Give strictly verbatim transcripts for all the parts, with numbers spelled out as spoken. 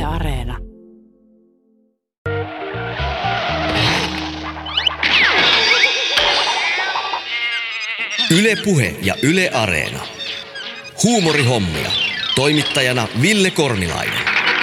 Areena. Yle Puhe ja Yle Areena. Huumorihommia. Toimittajana Ville Kornilainen.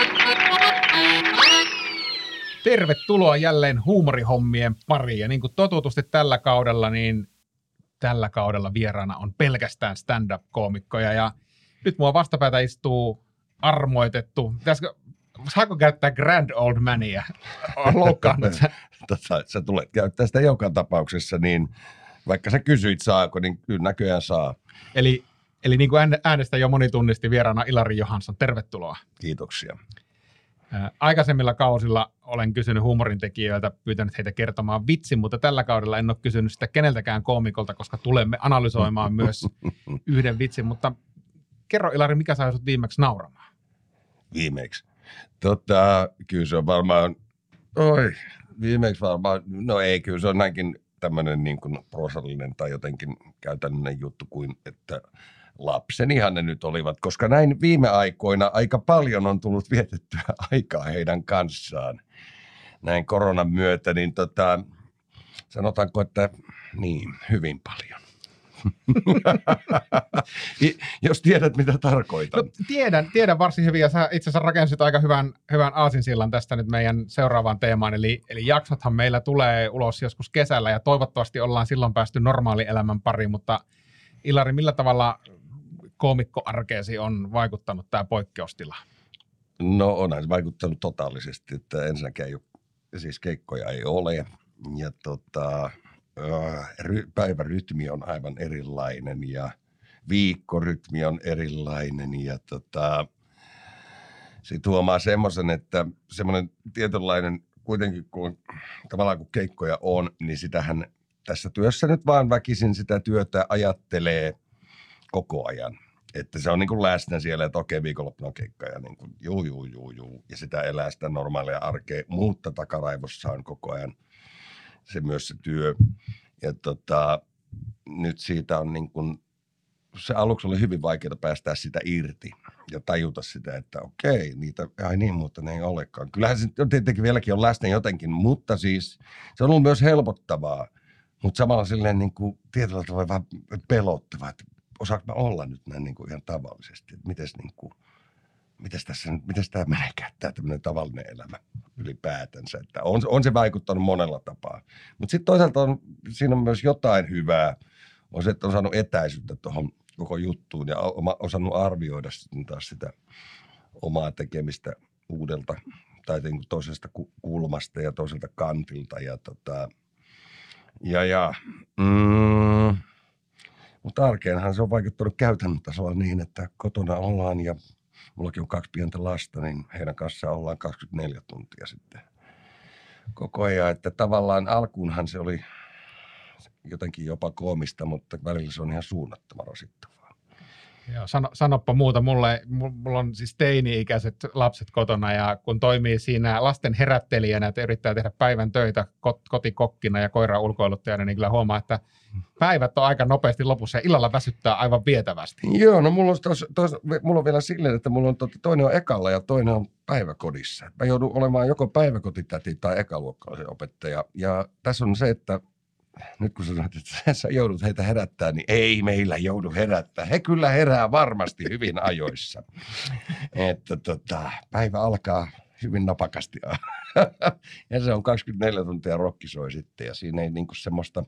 Tervetuloa jälleen huumorihommien pariin. Ja niin kuin totutusti tällä kaudella, niin tällä kaudella vieraana on pelkästään stand-up-koomikkoja. Ja nyt mua vastapäätä istuu armoitettu. Pitäisikö, saako käyttää grand old mania? Loukkaannut sä? Tota, sä tulet käyttää sitä joka tapauksessa, niin vaikka sä kysyit saako, niin kyllä näköjään saa. Eli, eli niin kuin äänestä jo moni tunnisti vieraana Ilari Johansson. Tervetuloa. Kiitoksia. Ää, aikaisemmilla kausilla olen kysynyt huumorintekijöiltä, pyytänyt heitä kertomaan vitsin, mutta tällä kaudella en ole kysynyt sitä keneltäkään koomikolta, koska tulemme analysoimaan myös yhden vitsin. Mutta kerro Ilari, mikä sai sut viimeksi nauramaan? Viimeksi? Tota, kyllä se on varmaan, oi, viimeksi varmaan, no ei, kyllä se on näinkin tämmöinen niin kuin prosallinen tai jotenkin käytännöllinen juttu kuin, että lapsenihan ne nyt olivat, koska näin viime aikoina aika paljon on tullut vietettyä aikaa heidän kanssaan. Näin koronan myötä, niin tota, sanotaanko, että niin, hyvin paljon. Jos tiedät, mitä tarkoitan. No, tiedän, tiedän varsin hyvin, ja sä itse asiassa rakensit aika hyvän, hyvän aasinsillan tästä nyt meidän seuraavaan teemaan, eli, eli jaksothan meillä tulee ulos joskus kesällä, ja toivottavasti ollaan silloin päästy normaalielämän pariin, mutta Ilari, millä tavalla koomikkoarkeesi on vaikuttanut tämä poikkeustila? No onhan se vaikuttanut totaalisesti, että ensinnäkään ei ole, siis keikkoja ei ole, ja tota... päivärytmi on aivan erilainen ja viikkorytmi on erilainen ja tota, se huomaa semmoisen, että semmoinen tietynlainen kuitenkin kun tavallaan kun keikkoja on, niin sitähän tässä työssä nyt vaan väkisin sitä työtä ajattelee koko ajan. Että se on niin kuin läsnä siellä, että okei, viikonloppuna on keikka ja niin kuin juu, juu, juu, juu. Ja sitä elää sitä normaalia arkea, mutta takaraivossa on koko ajan se myös se työ. Ja tota, nyt siitä on niin kuin, se aluksi oli hyvin vaikeaa päästää sitä irti ja tajuta sitä, että okei, niitä, ai niin, mutta ne ei olekaan. Kyllähän se tietenkin vieläkin on läsnä jotenkin, mutta siis se on ollut myös helpottavaa, mutta samalla silleen niin kuin tietyllä tavalla vähän pelottavaa, että osaanko mä olla nyt näin niin kuin ihan tavallisesti, että mites niin kuin, Mites tässä nyt, mites tämä meneekään, tämä tämmöinen tavallinen elämä ylipäätänsä. Että on, on se vaikuttanut monella tapaa. Mutta sitten toisaalta on, siinä on myös jotain hyvää. On se, että on saanut etäisyyttä tuohon koko juttuun ja oma, osannut arvioida sitten taas sitä omaa tekemistä uudelta tai toisesta kulmasta ja toiselta kantilta. Ja, tota, ja, ja mm, mutta arkeenhan se on vaikuttanut käytännön tasolla niin, että kotona ollaan ja mullakin on kaksi pientä lasta, niin heidän kanssaan ollaan kaksikymmentäneljä tuntia sitten koko ajan. Että tavallaan alkuunhan se oli jotenkin jopa koomista, mutta välillä se on ihan suunnattoman rasittavaa. Joo, sano, sanoppa muuta. Mulle, mulla on siis teini-ikäiset lapset kotona ja kun toimii siinä lasten herättelijänä, että yrittää tehdä päivän töitä kot, kotikokkina ja koiran ulkoiluttajana, niin kyllä huomaa, että päivät on aika nopeasti lopussa ja illalla väsyttää aivan vietävästi. Joo, no mulla on, tos, tos, mulla on vielä silleen, että mulla on to, toinen on ekalla ja toinen on päiväkodissa. Mä joudun olemaan joko päiväkotitäti tai ekaluokkalaisen opettaja. Ja tässä on se, että nyt kun sanoit, että sä joudut heitä herättää, niin ei meillä joudu herättää. He kyllä herää varmasti hyvin ajoissa. Että tota, päivä alkaa hyvin napakasti. Ja se on kaksikymmentäneljä tuntia rokkisoi sitten ja siinä ei niinku semmoista,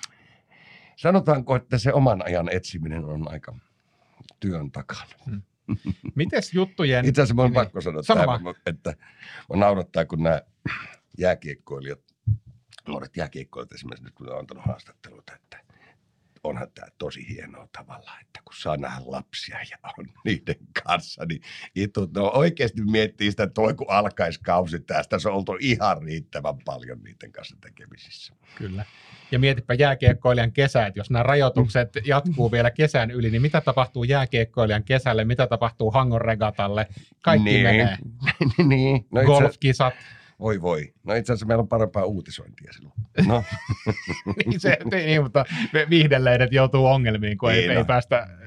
sanotaanko, että se oman ajan etsiminen on aika työn takana. Hmm. Mites juttujen... Itse asiassa mä oon pakko sanoa, Sano tämä, että mä naurattaa, kun nämä jääkiekkoilijat, nuoret jääkiekkoilijat esimerkiksi nyt, kun on antanut haastatteluita, että onhan tämä tosi hienoa tavalla, että kun saa nähdä lapsia ja on niiden kanssa, niin itut, no oikeasti miettii sitä, että kun alkaisi kausi tästä, se on oltu ihan riittävän paljon niiden kanssa tekemisissä. Kyllä. Ja mietipä jääkiekkoilijan kesä, että jos nämä rajoitukset jatkuu vielä kesän yli, niin mitä tapahtuu jääkiekkoilijan kesälle, mitä tapahtuu Hangon regatalle, kaikki niin. menee. niin. No Golfkisat. Voi voi. No itse asiassa meillä on parempaa uutisointia silloin. No. niin, se, niin, mutta viihdelleidet joutuu ongelmiin, kun ei, niin, ei no. päästä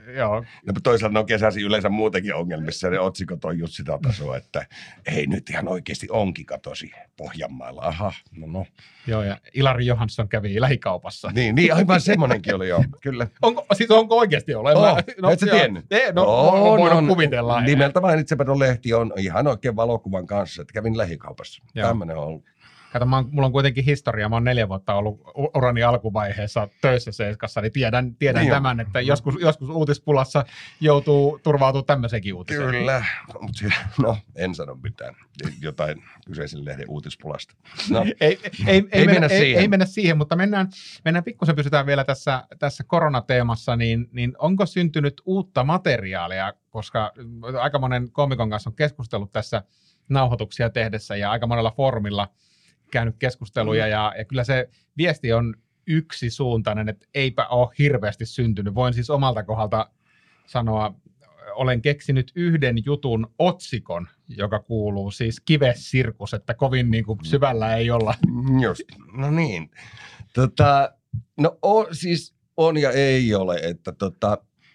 Joo. No, toisaalta ne on kesäsi yleensä muutenkin ongelmissa. Ne otsikot on just sitä tasoa, että ei nyt ihan oikeasti onkin katosi Pohjanmaalla. Aha, no no. Joo, ja Ilari Johansson kävi lähikaupassa. Niin, niin aivan semmonenkin oli joo, kyllä. Onko, siis onko oikeasti ollut? Oh, mä, no, et sä tiennyt? Ei, no, on, voidaan on, kuvitella. Nimeltä mainitsematon lehti on ihan oikein valokuvan kanssa, että kävin lähikaupassa. Joo. Tämmöinen on ollut. Kato, mä oon, mulla on kuitenkin historia. Mä oon neljä vuotta ollut urani alkuvaiheessa töissä Seiskassa, niin tiedän, tiedän niin tämän, että joskus, joskus uutispulassa joutuu turvautumaan tämmöisenkin uutiseen. Kyllä, mutta no en sano mitään. Jotain kyseisen lehden uutispulasta. No, ei, ei, ei, ei, mennä, mennä ei, ei mennä siihen, mutta mennään, mennään pikkusen pysytään vielä tässä, tässä koronateemassa, niin, niin onko syntynyt uutta materiaalia, koska aika monen koomikon kanssa on keskustellut tässä nauhoituksia tehdessä ja aika monella foorumilla käynyt keskusteluja mm. ja, ja kyllä se viesti on yksisuuntainen, että eipä ole hirveästi syntynyt. Voin siis omalta kohdalta sanoa, olen keksinyt yhden jutun otsikon, joka kuuluu siis Kivesirkus, että kovin niin kuin syvällä ei olla. Just, no niin. Tota, no o, siis on ja ei ole, että tota,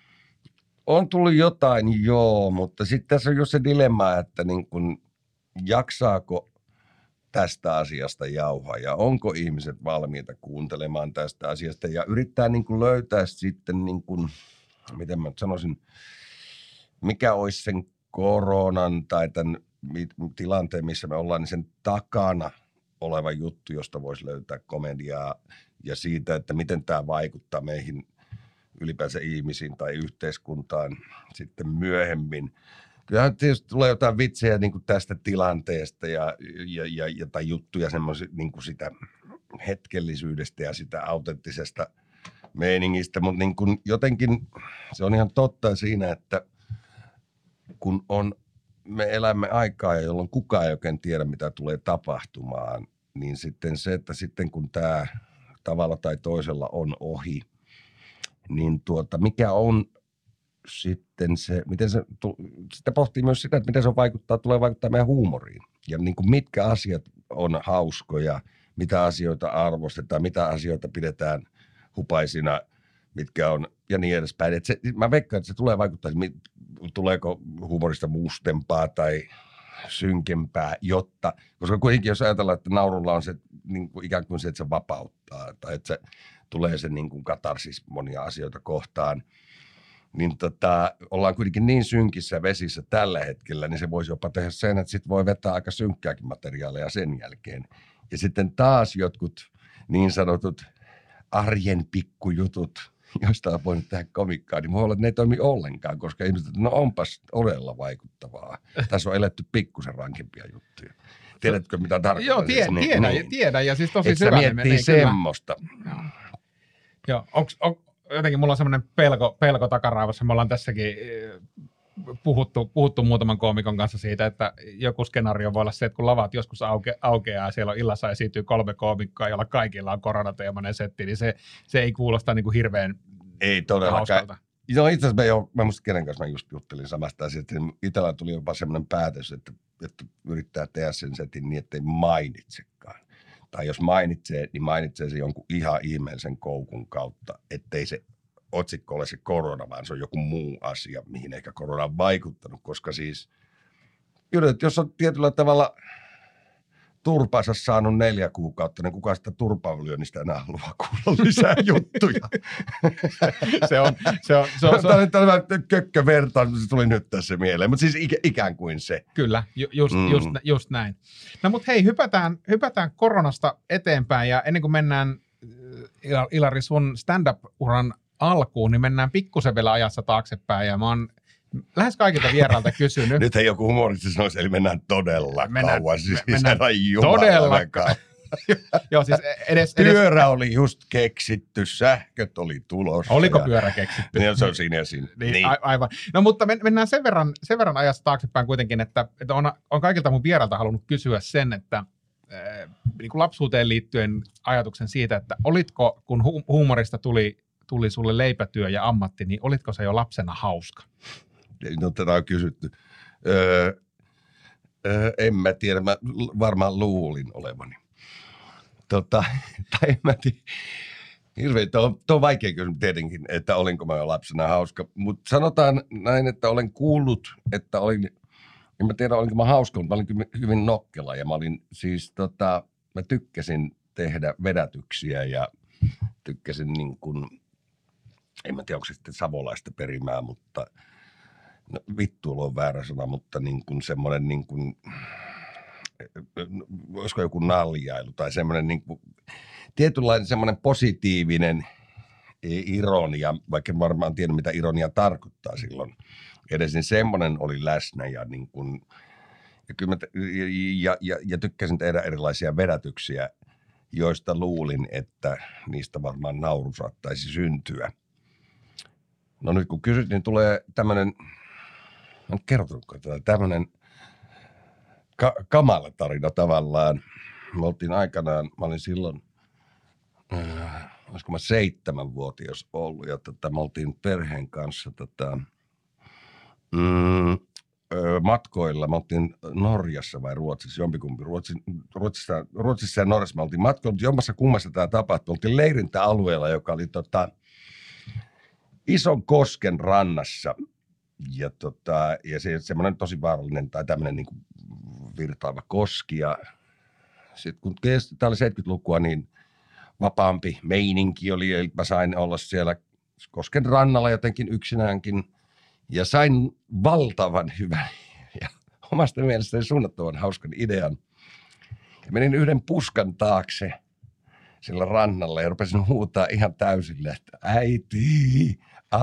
on tullut jotain joo, mutta sitten tässä on just se dilemma, että niin kun, jaksaako tästä asiasta jauhaa ja onko ihmiset valmiita kuuntelemaan tästä asiasta ja yrittää niin kuin löytää sitten, niin kuin, miten mä sanoisin, mikä olisi sen koronan tai tämän tilanteen, missä me ollaan, niin sen takana oleva juttu, josta voisi löytää komediaa ja siitä, että miten tämä vaikuttaa meihin ylipäänsä ihmisiin tai yhteiskuntaan sitten myöhemmin. Kyllähän tietysti tulee jotain vitsejä niin kuin tästä tilanteesta ja, ja, ja jotain juttuja semmoisia niin kuin sitä hetkellisyydestä ja sitä autenttisesta meiningistä, mutta niin kuin jotenkin se on ihan totta siinä, että kun on, me elämme aikaa, jolloin kukaan ei oikein tiedä, mitä tulee tapahtumaan, niin sitten se, että sitten kun tämä tavalla tai toisella on ohi, niin tuota, mikä on sitten se, miten se, sitä pohtii myös sitä, että miten se vaikuttaa, tulee vaikuttaa meidän huumoriin. Ja niin kuin mitkä asiat on hauskoja, mitä asioita arvostetaan, mitä asioita pidetään hupaisina, mitkä on, ja niin edespäin. Et se, mä veikkaan, että se tulee vaikuttaa, tuleeko huumorista mustempaa tai synkempää, jotta, koska kuitenkin jos ajatellaan, että naurulla on se niin kuin ikään kuin se, että se vapauttaa, tai että se tulee se niin kuin katarsis monia asioita kohtaan, niin tota, ollaan kuitenkin niin synkissä vesissä tällä hetkellä, niin se voisi jopa tehdä sen, että sit voi vetää aika synkkääkin materiaaleja sen jälkeen. Ja sitten taas jotkut niin sanotut arjen pikkujutut, joista on voinut tehdä komikkaa, niin voi olla, että ne ei toimi ollenkaan, koska ihmiset, no onpas todella vaikuttavaa. Tässä on eletty pikkusen rankempia juttuja. Tiedätkö, mitä tarkoittaa? Joo, tie, niin, tiedän, niin. tiedän, ja siis tosi et syvälle menee. Miettii semmoista. Joo, Joo. Onks, on, jotenkin mulla on semmoinen pelko, pelko takaraivossa. Me ollaan tässäkin puhuttu, puhuttu muutaman koomikon kanssa siitä, että joku skenaario voi olla se, että kun lavat joskus auke, aukeaa ja siellä on illassa esiintyy kolme koomikkoa, jolla kaikilla on koronateemainen setti, niin se, se ei kuulosta niin kuin hirveän ei todellakaan. hauskalta. No itse asiassa me jo, mä muistin kenen kanssa mä just juttelin samasta asiasta, että itsellä tuli jopa semmoinen päätös, että, että yrittää tehdä sen setin niin, ettei mainitsekaan. Tai jos mainitsee, niin mainitsee se jonkun ihan ihmeellisen koukun kautta, ettei se otsikko ole se korona, vaan se on joku muu asia, mihin ehkä korona on vaikuttanut, koska siis kyllä, että jos on tietyllä tavalla turpaansa saanut neljä kuukautta, niin kukaan sitä turpavyönnistä enää haluaa kuulla lisää juttuja. se on, se on, se on, se on. Tämä kökköverta, se tuli nyt tässä mieleen, mutta siis ikä, ikään kuin se. Kyllä, ju, just, mm. just, just näin. No mutta hei, hypätään, hypätään koronasta eteenpäin ja ennen kuin mennään Ilari sun stand-up-uran alkuun, niin mennään pikkusen vielä ajassa taaksepäin ja mä oon lähes kaikilta vierailta kysynyt. Nyt ei joku humoristi sanoisi, eli mennään todella mennään, kauan. Siis mennään todella Joo, siis edes, pyörä edes, oli just keksitty, sähköt oli tulossa. Oliko ja, pyörä keksitty? Niin, se on siinä ja siinä. Niin, niin. A, aivan. No mutta mennään sen verran, sen verran ajassa taaksepäin kuitenkin, että, että on, on kaikilta mun vierailta halunnut kysyä sen, että äh, niin kuin lapsuuteen liittyen ajatuksen siitä, että olitko, kun hu- huumorista tuli, tuli sulle leipätyö ja ammatti, niin olitko se jo lapsena hauska? No tätä on kysytty. Öö, öö, en mä tiedä, mä varmaan luulin olevani. Tota, tai en mä tiedä. Hirveä, tuo on, tuo on vaikea kysymys tietenkin, että olinko mä jo lapsena hauska, mutta sanotaan näin, että olen kuullut, että olin, en mä tiedä olinko mä hauska, mutta mä olin hyvin nokkela ja mä olin siis tota, mä tykkäsin tehdä vedätyksiä ja tykkäsin niin kuin, en mä tiedä onko se sitten savolaista perimää, mutta no, vittuilu on väärä sana, mutta niin kuin semmoinen niin kuin, olisiko joku naljailu tai semmoinen niin kuin, tietynlainen semmoinen positiivinen ironia, vaikka en varmaan tiedä mitä ironia tarkoittaa silloin edes, niin semmoinen oli läsnä ja, niin kuin, ja, kyllä mä, ja, ja, ja tykkäsin tehdä erilaisia vedätyksiä, joista luulin, että niistä varmaan nauru saattaisi syntyä. No nyt kun kysyt, niin tulee tämmöinen, en kertonutko tätä, tämmöinen ka- kamala tarina tavallaan. Me oltiin aikanaan, mä olin silloin, äh, olisiko mä seitsemänvuotias ollut, ja tota, me oltiin perheen kanssa tota, mm, ö, matkoilla. Me oltiin Norjassa vai Ruotsissa, jompikumpi. Ruotsin, Ruotsissa, Ruotsissa ja Norjassa me oltiin matkoilla, mutta jommassa kummassa tämä tapahtui. Me oltiin leirintäalueella, joka oli tota, Ison kosken rannassa. Ja, tota, ja se semmoinen tosi vaarallinen tai tämmöinen niin kuin virtaava koski. Ja sitten kun tämä oli seitsemänkymmentälukua, niin vapaampi meininki oli, eli mä sain olla siellä kosken rannalla jotenkin yksinäänkin. Ja sain valtavan hyvän ja omasta mielestäni suunnattoman hauskan idean. Ja menin yhden puskan taakse sillä rannalla ja rupesin huutaa ihan täysille, että äiti,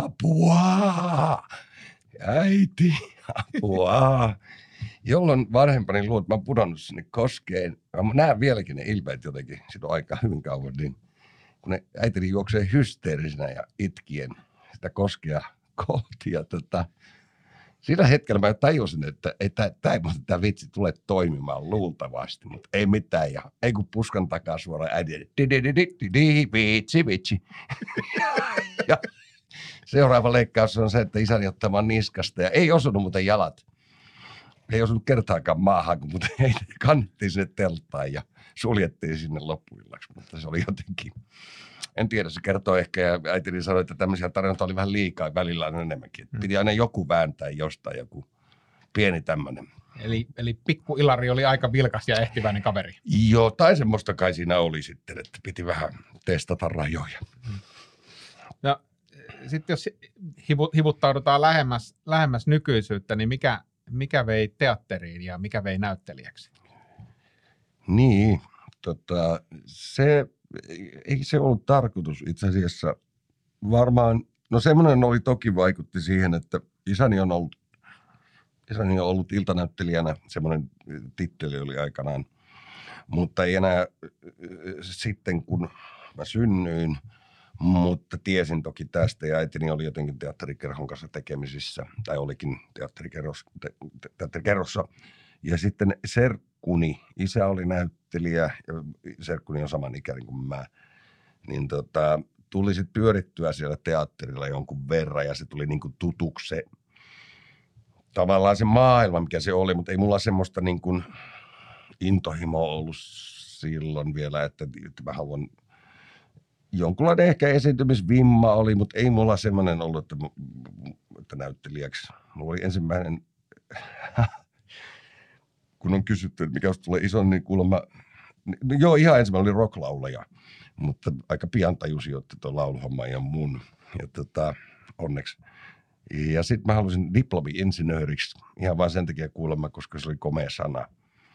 apua, äiti, apua. Jolloin vanhempani luuli, että mä oon pudonnut sinne koskeen. Mä näen vieläkin ne ilmeet jotenkin, siitä on aika hyvin kauan, niin kun ne äitini juoksee hysteerisenä ja itkien sitä koskea kohti. Ja tota, sillä hetkellä mä tajusin, että tämä ei muuten tämä vitsi tule toimimaan luultavasti, mutta ei mitään. Ja ei kun puskan takaa suoraan äiti, vitsi, vitsi. Ja seuraava leikkaus on se, että isäni ottamaan niskasta ja ei osunut muuten jalat. Ei osunut kertaakaan maahan, kun muuten kannettiin sinne telttaan ja suljettiin sinne loppuillaksi, mutta se oli jotenkin, en tiedä, se kertoo ehkä, ja äitini sanoi, että tämmöisiä tarinoita oli vähän liikaa, välillä on enemmänkin. Mm. Piti aina joku vääntää jostain, joku pieni tämmöinen. Eli, eli pikku Ilari oli aika vilkas ja ehtiväinen kaveri. Joo, tai semmoista kai siinä oli sitten, että piti vähän testata rajoja. Mm. No, sitten jos hivuttaudutaan lähemmäs, lähemmäs nykyisyyttä, niin mikä, mikä vei teatteriin ja mikä vei näyttelijäksi? Niin, tota, se... Ei se ollut tarkoitus itse asiassa. Varmaan, no semmoinen oli toki vaikutti siihen, että isäni on ollut, isäni on ollut iltanäyttelijänä, semmoinen titteli oli aikanaan, mutta ei enää sitten kun mä synnyin, mutta tiesin toki tästä ja äitini oli jotenkin teatterikerhon kanssa tekemisissä, tai olikin teatterikerros, te, te, teatterikerrossa. Ja sitten serkkuni, isä oli näyttelijä ja serkkuni on saman ikäinen kuin mä, niin tota, tuli sitten pyörittyä siellä teatterilla jonkun verran ja se tuli niinku tutuksi se, tavallaan se maailma, mikä se oli, mutta ei mulla semmoista niin kuin intohimoa ollut silloin vielä, että, että mä haluan, jonkunlainen ehkä esiintymisvimma oli, mutta ei mulla semmoinen ollut, että, että näyttelijäksi. Mulla oli ensimmäinen... kun on kysytty, että mikä jos tulee iso, niin kuulemma, no joo, ihan ensimmäinen oli rocklaulaja, mutta aika pian tajusin, että tuo lauluhomma ei ole mun, ja tota, onneksi. Ja sitten mä halusin diplomi-insinööriksi, ihan vaan sen takia kuulemma, koska se oli komea sana.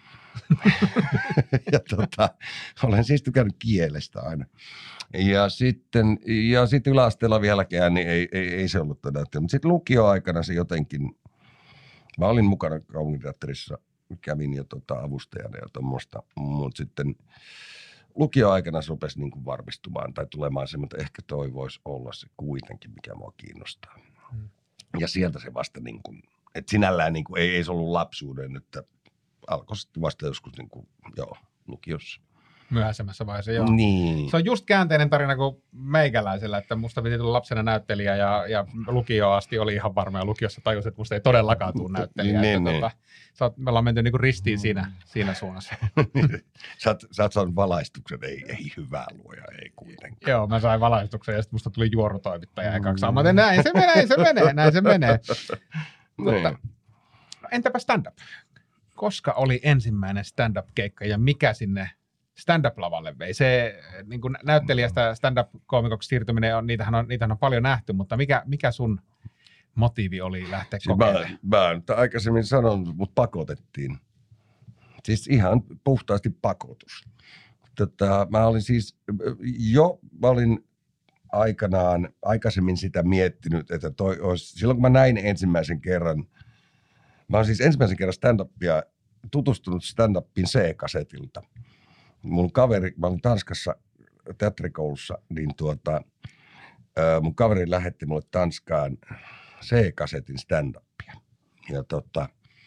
ja tota, olen siis tykännyt kielestä aina. Ja sitten, ja sitten yläasteella vieläkään, niin ei, ei, ei se ollut todella. Mutta sitten lukioaikana se jotenkin, mä olin mukana kaupunginteatterissa, kävin jo tota avustajana ja tuommoista, mutta sitten lukioaikana se rupesi niin kuin varmistumaan tai tulemaan semmoinen, että ehkä toi voisi olla se kuitenkin, mikä mua kiinnostaa. Hmm. Ja sieltä se vasta, niin kuin, että sinällään niin kuin, ei, ei se ollut lapsuuden, että alkoi sitten vasta joskus niin kuin, joo, lukiossa. myöhäisemmässä vaiheessa, joo. Niin. Se on just käänteinen tarina kuin meikäläisellä, että musta piti tulla lapsena näyttelijä ja, ja lukioon asti oli ihan varma ja lukiossa tajusin, että musta ei todellakaan tule näyttelijä. Niin, että, niin. Tota, oot, me ollaan menty niinku ristiin siinä, siinä suunnassa. sä, oot, sä oot saanut valaistuksen, ei, ei hyvää luoja, ei kuitenkaan. Joo, mä sain valaistuksen ja sitten musta tuli juorutoimittaja ekaksi. Mä tein, näin se menee, se menee, näin se menee. Mutta entäpä stand-up? Koska oli ensimmäinen stand-up-keikka ja mikä sinne stand-up-lavalle vei? Se niin kuin näyttelijästä stand-up-koomikoksi siirtyminen, on, niitähän, on, niitähän on paljon nähty, mutta mikä, mikä sun motiivi oli lähteä siis kokeilemaan? Mä, mä nyt aikaisemmin sanon, mutta pakotettiin. Siis ihan puhtaasti pakotus. Tota, mä olin siis jo, mä olin aikanaan, aikaisemmin sitä miettinyt, että toi olisi, silloin kun mä näin ensimmäisen kerran, mä olen siis ensimmäisen kerran stand-upia tutustunut stand-upin C-kasetilta. Mun kaveri, mä olin Tanskassa teatterikoulussa, niin tuota, mun kaveri lähetti mulle Tanskaan C-kasetin stand-upia. Ja tota,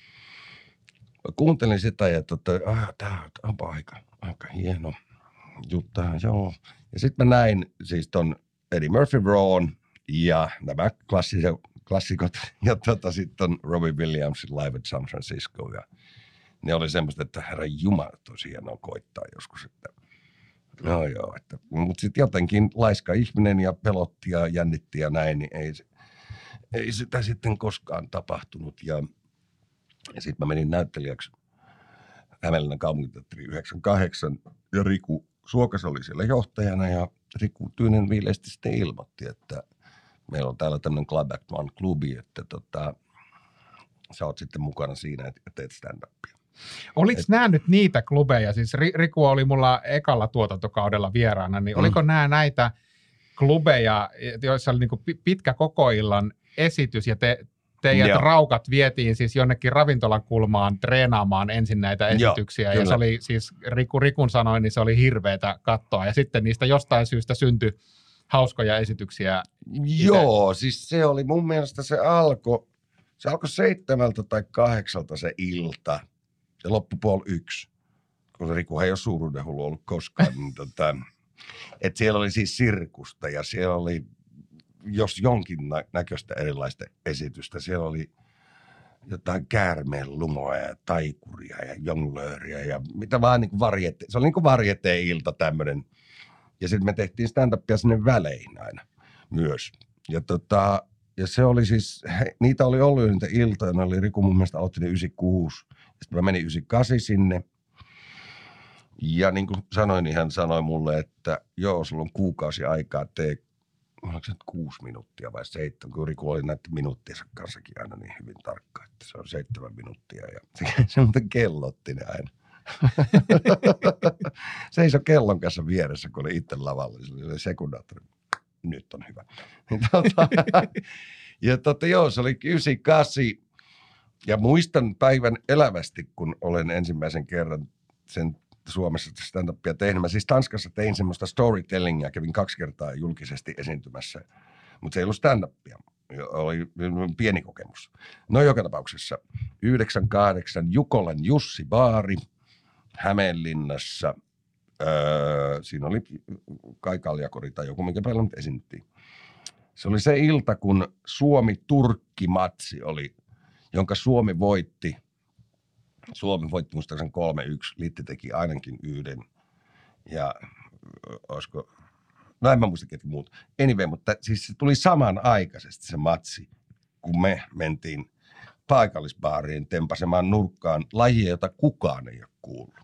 mä kuuntelin sitä ja tota, ah, tää onpa aika, aika hieno juttu, joo. Ja sitten mä näin siis ton Eddie Murphy Rawn ja nämä klassikot, klassikot ja tota sitten Robbie Williamsin Live at San Francisco. Ja ne oli semmoista, että herra jumala, tosi hienoa koittaa joskus. Että, no joo, että, mutta sitten jotenkin laiska ihminen ja pelotti ja jännitti ja näin, niin ei, ei sitä sitten koskaan tapahtunut. Ja, ja sitten mä menin näyttelijäksi Hämeenlinnan kaupunginteatteriin yhdeksänkymmentäkahdeksan ja Riku Suokas oli siellä johtajana ja Riku Tyynen viileesti sitten ilmoitti, että meillä on täällä tämmöinen Club Act One klubi, että tota, sä oot sitten mukana siinä, että teet stand-upia. Oliko nämä nyt niitä klubeja, siis Riku oli mulla ekalla tuotantokaudella vieraana, niin oliko mm. nämä näitä klubeja, joissa oli niinku pitkä kokoillan esitys ja te, teidät Joo. raukat vietiin siis jonnekin ravintolan kulmaan treenaamaan ensin näitä esityksiä Joo, ja se oli siis Riku Rikun sanoi, niin se oli hirveätä katsoa ja sitten niistä jostain syystä syntyi hauskoja esityksiä. Joo, siis se oli mun mielestä se alkoi, se alkoi seitsemältä tai kahdeksalta se ilta. Se loppui puoli yksi, kun Riku ei ole suuruudenhullu ollut koskaan. niin tota, että siellä oli siis sirkusta ja siellä oli jos jonkin näköistä erilaista esitystä. Siellä oli jotain käärmeen lumoa ja taikuria ja jonglööriä ja mitä vaan niin kuin varjete. Se oli niin kuin varjeteen ilta tämmöinen. Ja sitten me tehtiin stand-upia sinne välein aina myös. Ja tota, ja se oli siis, he, niitä oli ollut niitä iltoja, ne oli Riku mun mielestä aloitti ne yhdeksänkymmentäkuusi. Sitten mä menin yhdeksänkymmentäkahdeksan sinne. Ja niin kuin sanoin, niin hän sanoi mulle, että joo, sulla on kuukausi aikaa, tee, oliko se kuusi minuuttia vai seitsemän, kun Riku oli näiden minuuttiensa kanssakin aina niin hyvin tarkka, että se on seitsemän minuuttia. Ja se, se muuten kellotti ne aina. Seisoi kellon kanssa vieressä, kun oli itse lavalla, se oli sekundaattori. Nyt on hyvä. ja tota, joo, se oli yhdeksänkymmentäkahdeksan. Ja muistan päivän elävästi, kun olen ensimmäisen kerran sen Suomessa stand-upia tehnyt. Mä siis Tanskassa tein semmoista storytellingia, kävin kaksi kertaa julkisesti esiintymässä, mutta se ei ollut stand-upia. Oli pieni kokemus. No joka tapauksessa yhdeksänkymmentäkahdeksan Jukolan Jussi Baari Hämeenlinnassa. Öö, siinä oli Kai Kaljakori tai joku, minkä päällä nyt esiintyttiin. Se oli se ilta, kun Suomi-Turkki-matsi oli, jonka Suomi voitti. Suomi voitti muistaakseni kolme yksi, Litti teki ainakin yhden. Ja olisiko, no en mä muista ketkä muut. Anyway, mutta siis se tuli samanaikaisesti se matsi, kun me mentiin paikallisbaariin tempasemaan nurkkaan lajia, jota kukaan ei ole kuullut.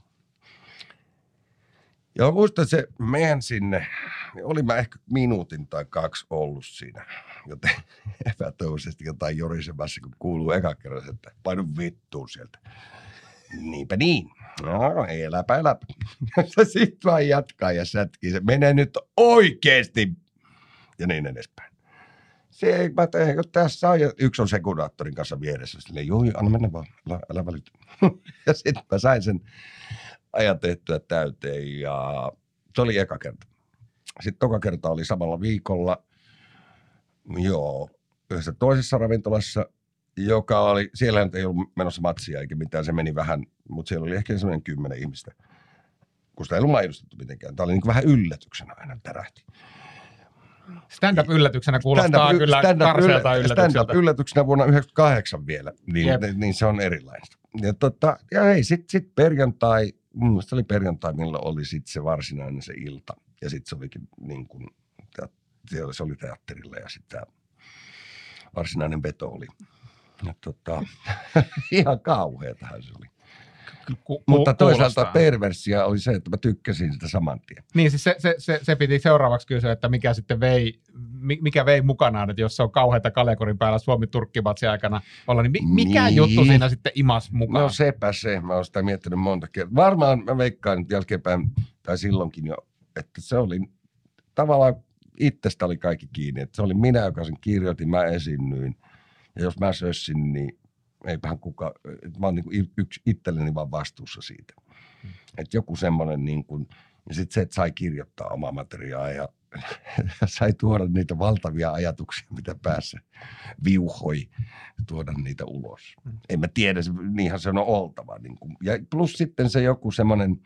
Ja muistan, että se meidän sinne, niin olin mä ehkä minuutin tai kaksi ollut siinä, joten epätoivoisesti jotain jorisemassa, kun kuuluu eka kerran, että painu vittuun sieltä. Niinpä niin. No, ei eläpä eläpä. Sitten vaan jatkaa ja sätkii. Se menee nyt oikeesti. Ja niin edespäin. Se ei, mä teen, jos tässä on, ja yksi on sekundaattorin kanssa vieressä. Silleen, joo, anna mennä vaan, älä, älä välitä. Ja sitten mä sain sen ajan tehtyä täyteen ja se oli eka kerta. Sitten toka kerta oli samalla viikolla, joo, yhdessä toisessa ravintolassa, joka oli, siellä ei ollut menossa matsia eikä mitään, se meni vähän, mutta siellä oli ehkä semmoinen kymmenen ihmistä. kun sitä ei ollut mainostettu mitenkään. Tämä oli niin kuin vähän yllätyksenä aina tärähti. Stand-up-yllätyksenä kuulostaa stand-up, kyllä stand-up, karseelta yllätykseltä. Stand-up-yllätyksenä vuonna yhdeksänkymmentäkahdeksan vielä, niin, niin se on erilaista. Ja, tota, ja ei, sitten sit perjantai, mun mielestä oli perjantai, milloin oli sitten se varsinainen se ilta. Ja sitten se olikin niin kuin, se oli teatterilla ja sitten varsinainen veto oli. Ja tota, ihan kauheatahan se oli. Ku, Mutta toisaalta perversia oli se, että mä tykkäsin sitä saman tien. Niin, siis se, se, se, se piti seuraavaksi kysyä, että mikä sitten vei, mikä vei mukanaan, että jos se on kauheata Kalekorin päällä Suomi-Turkki-matsin aikana olla, niin mikä niin. juttu siinä sitten imas mukaan? No sepä se, mä oon sitä miettinyt monta kertaa. Varmaan mä veikkaan nyt jälkeenpäin, tai silloinkin jo, että se oli tavallaan itsestä oli kaikki kiinni. Että se oli minä, joka sen kirjoitin, mä esinnyin. Ja jos mä sössin, niin eipähän kukaan, mä oon niin kuin yksi itselleni vaan vastuussa siitä. Hmm. Että joku semmoinen niin kuin, ja sitten se, että sai kirjoittaa omaa materiaa ja sai tuoda niitä valtavia ajatuksia, mitä päässä viuhoi, tuoda niitä ulos. Hmm. En mä tiedä, niinhän se on oltava. Niin kuin. Ja plus sitten se joku semmoinen,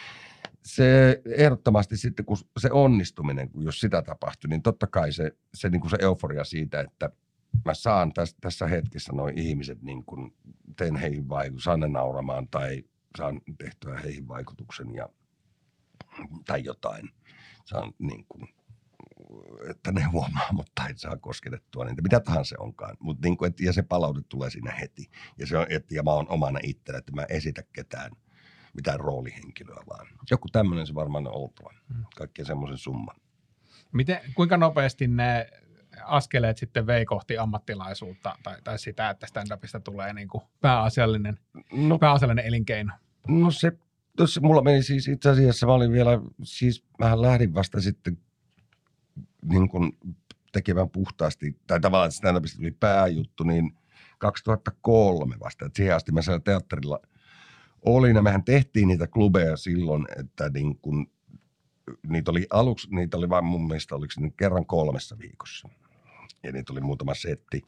se ehdottomasti sitten, kun se onnistuminen, kun jos sitä tapahtui, niin totta kai se, se, niin kuin se euforia siitä, että mä saan tässä, tässä hetkessä nuo ihmiset, niin kun teen heihin vaikutuksen, saan ne nauramaan tai saan tehtyä heihin vaikutuksen ja, tai jotain. Saan niin kun, että ne huomaa, mutta ei saa kosketettua niitä, mitä tahansa se onkaan. Mut niin kun, et, ja se palaute tulee siinä heti. Ja, se on, et, ja mä oon omana itsenä, että mä esitä ketään, mitään roolihenkilöä vaan. Joku tämmöinen se varmaan on oltava. Kaikkea semmoisen summan. Miten, kuinka nopeasti ne askeleet sitten vei kohti ammattilaisuutta tai, tai sitä, että stand-upista tulee niin kuin pääasiallinen, no, pääasiallinen elinkeino? No se, tossa mulla meni siis itse asiassa, mä olin vielä, siis mähän lähdin vasta sitten niin kuin tekemään puhtaasti, tai tavallaan stand-upista tuli pääjuttu, niin kaksituhattakolme vasta, että siihen asti mä siellä teatterilla olin, ja mehän tehtiin niitä klubeja silloin, että niin kuin, niitä oli aluksi, niitä oli vaan mun mielestä, oliko se kerran kolmessa viikossa. Ja niitä oli muutama setti,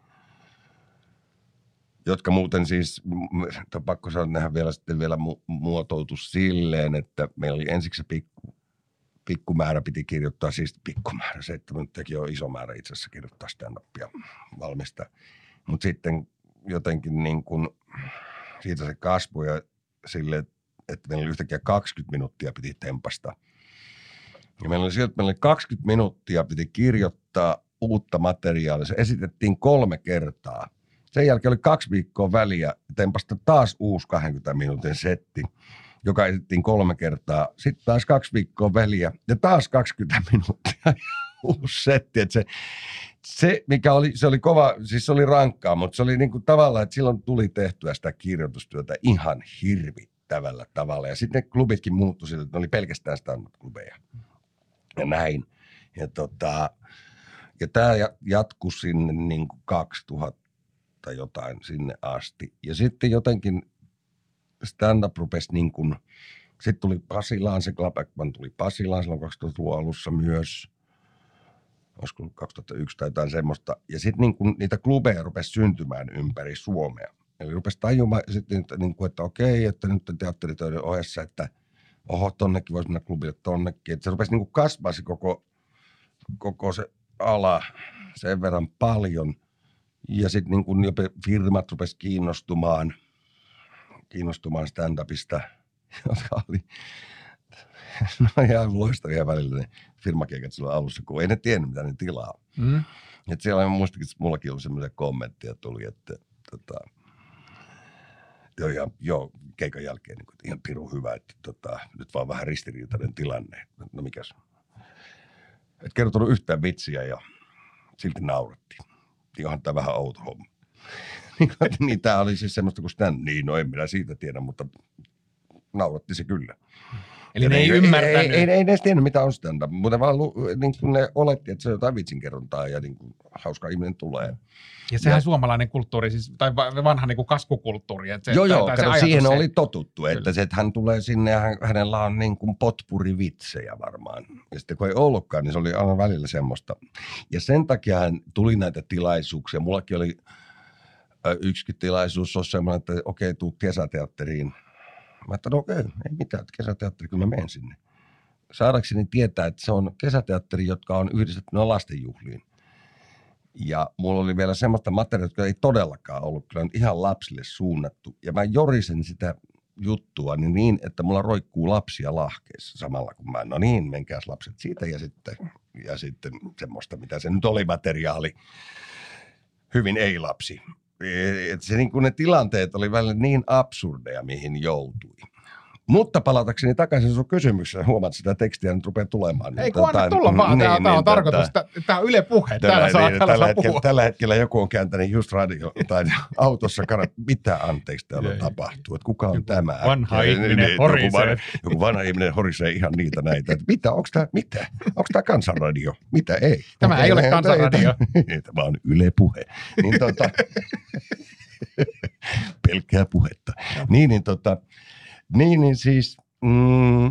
jotka muuten siis, on pakko sanoa, että nehän vielä sitten vielä mu- muotoutu silleen, että meillä oli ensiksi se pikku, pikkumäärä piti kirjoittaa, siis pikkumäärä, se, että teki jo iso määrä itse asiassa kirjoittaa stand-upia valmista. Mutta sitten jotenkin niin kuin, siitä se kasvoi ja silleen, että meillä oli yhtäkkiä kaksikymmentä minuuttia piti tempasta. Ja meillä oli sieltä, meillä oli kaksikymmentä minuuttia piti kirjoittaa uutta materiaalia. Se esitettiin kolme kertaa. Sen jälkeen oli kaksi viikkoa väliä, tempasta taas uusi kaksikymmentä minuutin setti, joka esitettiin kolme kertaa. Sitten taas kaksi viikkoa väliä ja taas kaksikymmentä minuuttia uusi setti. Että se, se, mikä oli, se oli kova, siis se oli rankkaa, mutta se oli niin kuin tavallaan, että silloin tuli tehtyä sitä kirjoitustyötä ihan hirvittävällä tavalla. Ja sitten ne klubitkin muuttui sille, että ne oli pelkästään stand-up-klubeja. Ja näin. Ja, tota, ja tämä jatkui sinne niin kuin kaksituhatta jotain sinne asti. Ja sitten jotenkin stand-up rupesi niin kuin, sitten tuli Pasilaan, se Club Ackman tuli Pasilaan silloin kaksituhattaluvun alussa myös. Olisiko ollut kaksituhattayksi tai jotain semmoista. Ja sitten niin kuin niitä klubeja rupesi syntymään ympäri Suomea. Eli rupesi tajumaan sitten, että, niin kuin, että okei, että nyt on teatteritöiden ohessa, että oho, tonnekin voisi mennä klubille tonnekin. Että se rupesi niin kuin kasvaa se koko, koko se ala sen verran paljon. Ja sitten niin kuin firmat rupesi kiinnostumaan, kiinnostumaan stand-upista, jotka oli no ihan loistavia välillä ne firmakeikat silloin alussa, kun ei ne tiennyt, mitä ne tilaa. Mm. Että siellä muistakin, että mullakin oli semmoisia kommentteja tuli, että tota, joo, ja, joo, keikan jälkeen niin kuin, ihan pirun hyvä, että tota, nyt vaan vähän ristiriitainen tilanne. No mikäs? Et kertonut yhtään vitsiä ja silti naurattiin. Onhan tämä vähän outo homma. Niin tämä oli siis semmoista kuin stand. Niin, no en minä siitä tiedä, mutta nauratti se kyllä. Eli ne ei, ei ymmärtänyt. Ei, ei, ei, ei edes tiennyt, mitä on stand-up, mutta vaan niin kuin ne oletti, että se on jotain vitsinkerrontaa ja niin kuin hauska ihminen tulee. Ja sehän ja suomalainen kulttuuri, siis, tai vanha niin kuin kaskukulttuuri. Että se, joo, joo, tai, kato, se siihen se, oli totuttu, että, se, että hän tulee sinne ja hän, hänellä on niin kuin potpurivitsejä varmaan. Ja sitten kun ei ollutkaan, niin se oli aina välillä semmoista. Ja sen takia hän tuli näitä tilaisuuksia. Mullakin oli yksikin tilaisuus, on semmoinen, että okei, tuu kesäteatteriin. Mä että no okei, ei mitään, kesäteatteri, kyllä mä menen sinne. Saadakseni tietää, että se on kesäteatteri, jotka on yhdistettynä lastenjuhliin. Ja mulla oli vielä semmoista materiaalia, jotka ei todellakaan ollut kyllä ihan lapsille suunnattu. Ja mä jorisen sitä juttua niin, niin että mulla roikkuu lapsia lahkeissa samalla, kun mä, no niin, menkääs lapset siitä ja sitten, ja sitten semmoista, mitä se nyt oli materiaali, hyvin ei-lapsi. Et se, niin kuin ne tilanteet oli välillä niin absurdeja, mihin joutui. Mutta palatakseni takaisin sun kysymykseen, huomaat sitä tekstiä nyt rupeaa tulemaan. Ei kun anna tulla vaan, niin, tämä niin, on niin, tarkoitus, tämä on Yle Puhe, täällä saa, niin, täällä tällä, saa hetkellä, puhua. tällä hetkellä joku on kääntänyt just radio tai autossa kannat, mitä anteeksi täällä tapahtuu, että kuka on joku tämä? Vanha ja, ihminen niin, horisee. Joku vanha, joku vanha ihminen horisee ihan niitä näitä, että mitä, onko tämä, mitä? Onko tämä kansanradio? Mitä, ei. Tämä okay, ei ole kansanradio. Tämä on Yle Puhe. Niin tota, pelkkää puhetta. Niin, niin tota, niin, niin siis, mm,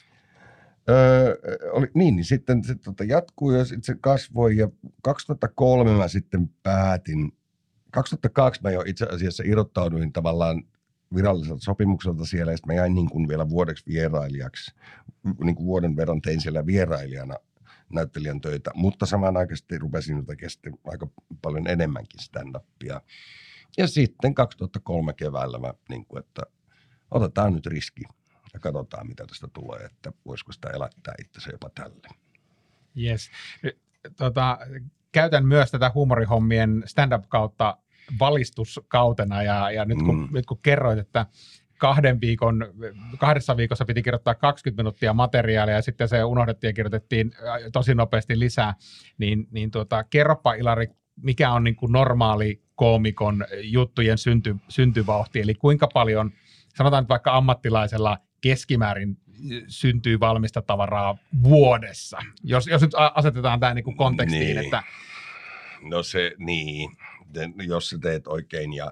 öö, oli, niin, niin sitten se tota, jatkuu ja sitten se kasvoi ja kaksituhattakolme mä sitten päätin, kaksituhattakaksi mä jo itse asiassa irrottauduin tavallaan viralliselta sopimukselta siellä ja sitten mä jäin niin kuin vielä vuodeksi vierailijaksi, niin kuin vuoden verran tein siellä vierailijana näyttelijän töitä, mutta samanaikaisesti rupesin tekemään sitten aika paljon enemmänkin stand-upia. Ja sitten kaksituhattakolme keväällä mä niin kuin, että otetaan nyt riski ja katsotaan, mitä tästä tulee, että voisiko sitä elättää itsensä jopa tälle. Yes. Tota, käytän myös tätä huumorihommien stand-up-kautta valistuskautena, ja, ja nyt, kun, mm. nyt kun kerroit, että kahden viikon, kahdessa viikossa piti kirjoittaa kaksikymmentä minuuttia materiaalia, ja sitten se unohdettiin ja kirjoitettiin tosi nopeasti lisää, niin, niin tuota, kerropa Ilari, mikä on niin kuin normaali koomikon juttujen synty, syntyvauhti, eli kuinka paljon, sanotaan nyt vaikka ammattilaisella keskimäärin syntyy valmista tavaraa vuodessa, jos, jos nyt asetetaan tämä niin kuin kontekstiin, niin. että... No se, niin, jos sä teet oikein ja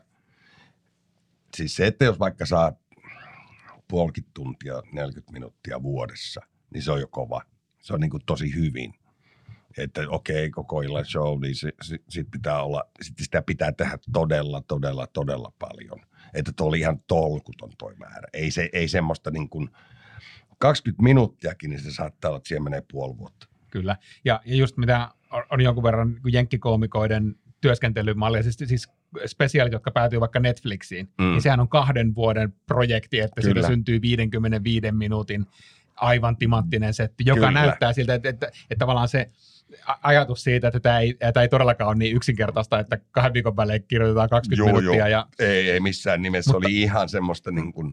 siis se, että jos vaikka saa puolikin tuntia, neljäkymmentä minuuttia vuodessa, niin se on jo kova. Se on niin kuin tosi hyvin. Että okei, koko illan show, niin se, se, sit pitää olla, sit sitä pitää tehdä todella, todella, todella paljon. Että tuo oli ihan tolkuton toi määrä. Ei, se, ei semmoista niin kuin kaksikymmentä minuuttiakin, niin se saattaa olla, että siihen menee puoli vuotta. Kyllä. Ja, ja just mitä on jonkun verran niin jenkkikoomikoiden työskentelymallia, siis, siis spesiaalit, jotka päätyy vaikka Netflixiin, mm. niin sehän on kahden vuoden projekti, että Kyllä. siitä syntyy viidenkymmenenviiden minuutin aivan timanttinen setti, joka Kyllä. näyttää siltä, että, että, että, että tavallaan se ajatus siitä, että tämä ei, tämä ei todellakaan ole niin yksinkertaista, että kahden viikon välein kirjoitetaan kaksikymmentä joo, minuuttia. Joo. Ja... Ei, ei missään nimessä. Mutta... oli ihan semmoista niin kuin,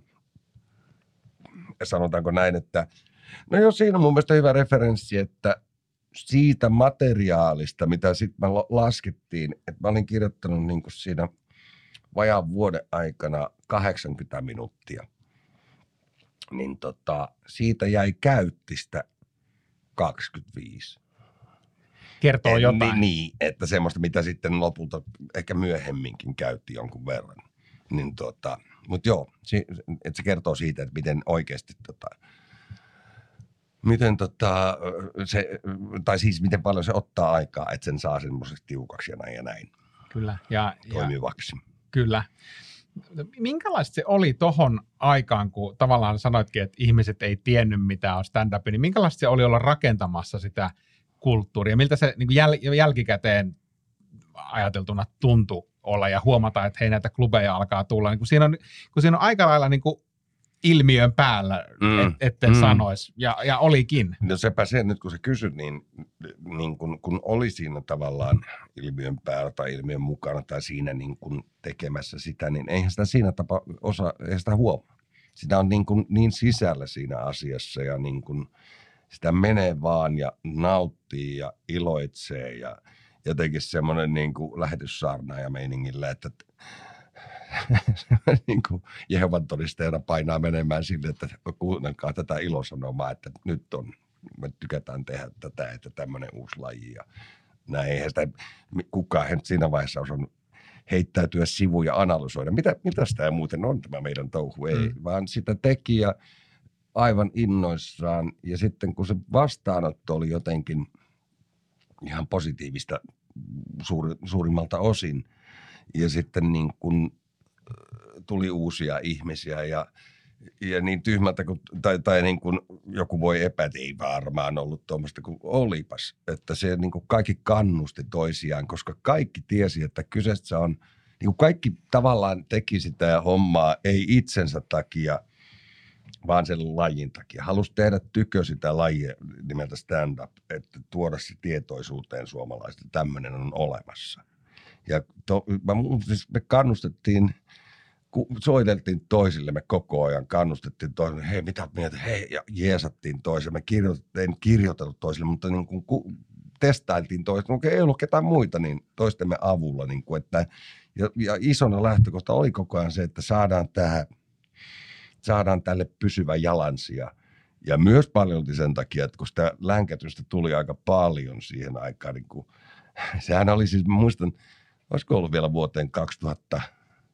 sanotaanko näin, että no joo, siinä on mun mielestä hyvä referenssi, että siitä materiaalista, mitä sitten mä laskettiin, että mä olin kirjoittanut niin kuin siinä vajaan vuoden aikana kahdeksankymmentä minuuttia, niin tota, siitä jäi käyttistä kaksikymmentäviisi. Kertoo jotain. Niin, niin, että semmoista, mitä sitten lopulta ehkä myöhemminkin käytti jonkun verran. Niin tota, mutta joo, se, että se kertoo siitä, että miten oikeasti tota, miten tota, se, tai siis miten paljon se ottaa aikaa, että sen saa semmoisesti tiukaksi ja näin ja näin. Kyllä. Ja, toimivaksi. Ja, kyllä. Minkälaista se oli tohon aikaan, kun tavallaan sanoitkin, että ihmiset ei tiennyt, mitä on stand-up, niin minkälaista se oli olla rakentamassa sitä kulttuuria? Miltä se niin kuin jäl- jälkikäteen ajateltuna tuntui olla ja huomata, että hei, näitä klubeja alkaa tulla. Niin kun siinä on, kun siinä on aika lailla niin kuin ilmiön päällä, mm, et, etten mm. sanoisi, ja, ja olikin. No sepä se, nyt kun sä kysyt, niin, niin kun, kun oli siinä tavallaan ilmiön päällä tai ilmiön mukana tai siinä niin kun tekemässä sitä, niin eihän sitä siinä tapa osa, eihän sitä huomaa. Sitä on niin, kun, niin sisällä siinä asiassa ja niin kun sitä menee vaan ja nauttii ja iloitsee ja jotenkin semmoinen niin kuin lähetyssaarnaaja meiningillä, että niin kuin Jehovan todisteena painaa menemään sille, että kuunnelkaa tätä ilosanomaa, että nyt on, me tykätään tehdä tätä, että tämmöinen uusi laji ja näin. Eihän sitä kukaan hän siinä vaiheessa osannut heittäytyä sivuun ja analysoida. Mitä, mitä sitä muuten on tämä meidän touhu? Ei, mm. vaan sitä teki ja aivan innoissaan. Ja sitten kun se vastaanotto oli jotenkin ihan positiivista suuri, suurimmalta osin, ja sitten niin kun tuli uusia ihmisiä ja ja niin tyhmältä, kuin, tai, tai niin kuin joku voi epätä, ei varmaan ollut tuommoista kuin olipas. Että se niin kuin kaikki kannusti toisiaan, koska kaikki tiesi, että kyseessä on, niin kuin kaikki tavallaan teki sitä hommaa, ei itsensä takia, vaan sen lajin takia. Halusi tehdä tykö sitä lajia nimeltä stand-up, että tuoda se tietoisuuteen suomalaisille, tämmöinen on olemassa. Ja to, mä, siis me kannustettiin, soiteltiin toisillemme koko ajan, kannustettiin toisille, hei mitä mieltä, hei, ja jeesattiin toisille. Me kirjoitettiin, kirjoitellut toisille, mutta niin kuin, kun testailtiin toisille, okei, ei ollut ketään muita, niin toistemme avulla. Niin kuin, että, ja, ja isona lähtökohta oli koko ajan se, että saadaan tähän, saadaan tälle pysyvä jalansija. Ja myös paljon sen takia, että kun sitä länkätystä tuli aika paljon siihen aikaan, niin kuin, sehän oli siis, muistan, olisiko ollut vielä vuoteen kaksituhattaneljä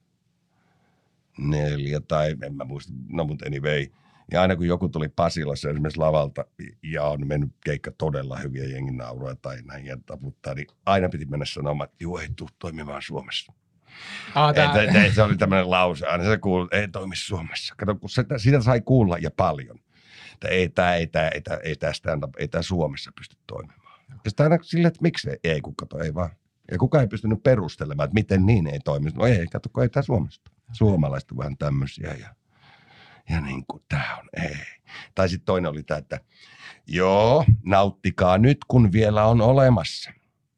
tai en mä muista, no mutta anyway. Ja aina kun joku tuli Pasilassa esimerkiksi lavalta ja on mennyt keikka todella hyviä jengin nauroja tai näin ja taputtaa, niin aina piti mennä sanomaan, että juu ei tule toimimaan Suomessa. Ah, tää... et, et, se oli tämmöinen lause, aina se kuului, ei toimi Suomessa. Kato, kun sitä, sitä sai kuulla ja paljon. Että ei tämä ei, tää, ei, tää, ei, tää stand-up, ei tää Suomessa pysty toimimaan. Ja sitten aina silleen, että miksi ei, ei kun kato, ei vaan. Ja kukaan ei pystynyt perustelemaan, että miten niin ei toimi. No ei, kato, kun ei tää Suomesta. Suomalaiset on vähän tämmöisiä ja, ja niin kuin tää on, ei. Tai sitten toinen oli tämä, että joo, nauttikaa nyt, kun vielä on olemassa.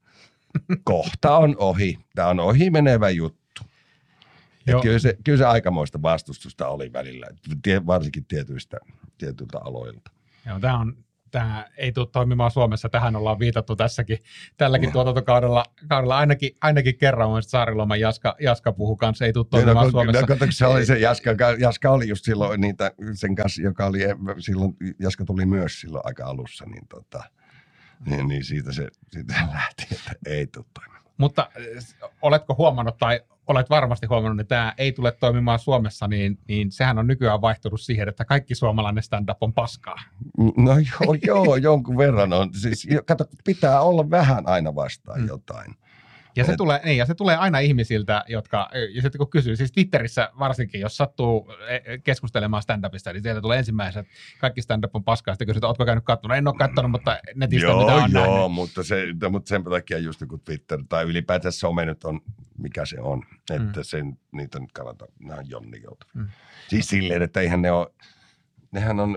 Kohta on ohi. Tämä on ohi menevä juttu. Kyllä se, kyllä se aikamoista vastustusta oli välillä, varsinkin tietyistä, tietyiltä aloilta. Joo, tämä on... Tämä ei tule toimimaan Suomessa. Tähän ollaan viitattu tässäkin, tälläkin no. tuotantokaudella kaudella ainakin, ainakin kerran. Mun Saariloman Jaska, Jaska puhui kanssa, ei tule toimimaan no, Suomessa. No, katsotaan, se oli se Jaska, Jaska oli just silloin niitä, sen kanssa, joka oli, silloin Jaska tuli myös silloin aika alussa, niin, tota, niin, niin siitä, se, siitä se lähti, että ei tule toimimaan. Mutta oletko huomannut tai olet varmasti huomannut, että tämä ei tule toimimaan Suomessa, niin, niin sehän on nykyään vaihtunut siihen, että kaikki suomalainen stand-up on paskaa. No joo, joo jonkun verran on. Siis, kato, pitää olla vähän aina vastaan mm. jotain. Ja se, Et... tulee, niin, ja se tulee aina ihmisiltä, jotka, ja sitten kun kysyy, siis Twitterissä varsinkin, jos sattuu keskustelemaan stand-upista, niin sieltä tulee ensimmäisenä, että kaikki stand-up on paskaa. Sitten kysyy, että ootko käynyt kattonut? En ole kattonut, mutta netistä joo, mitä on joo, nähnyt. mutta, se, mutta sen takia just kun Twitter tai ylipäätään some nyt on, mikä se on, että mm. sen, niitä nyt kannattaa, nämä on jonnijoita. Mm. Siis silleen, että eihän ne ole, nehän on,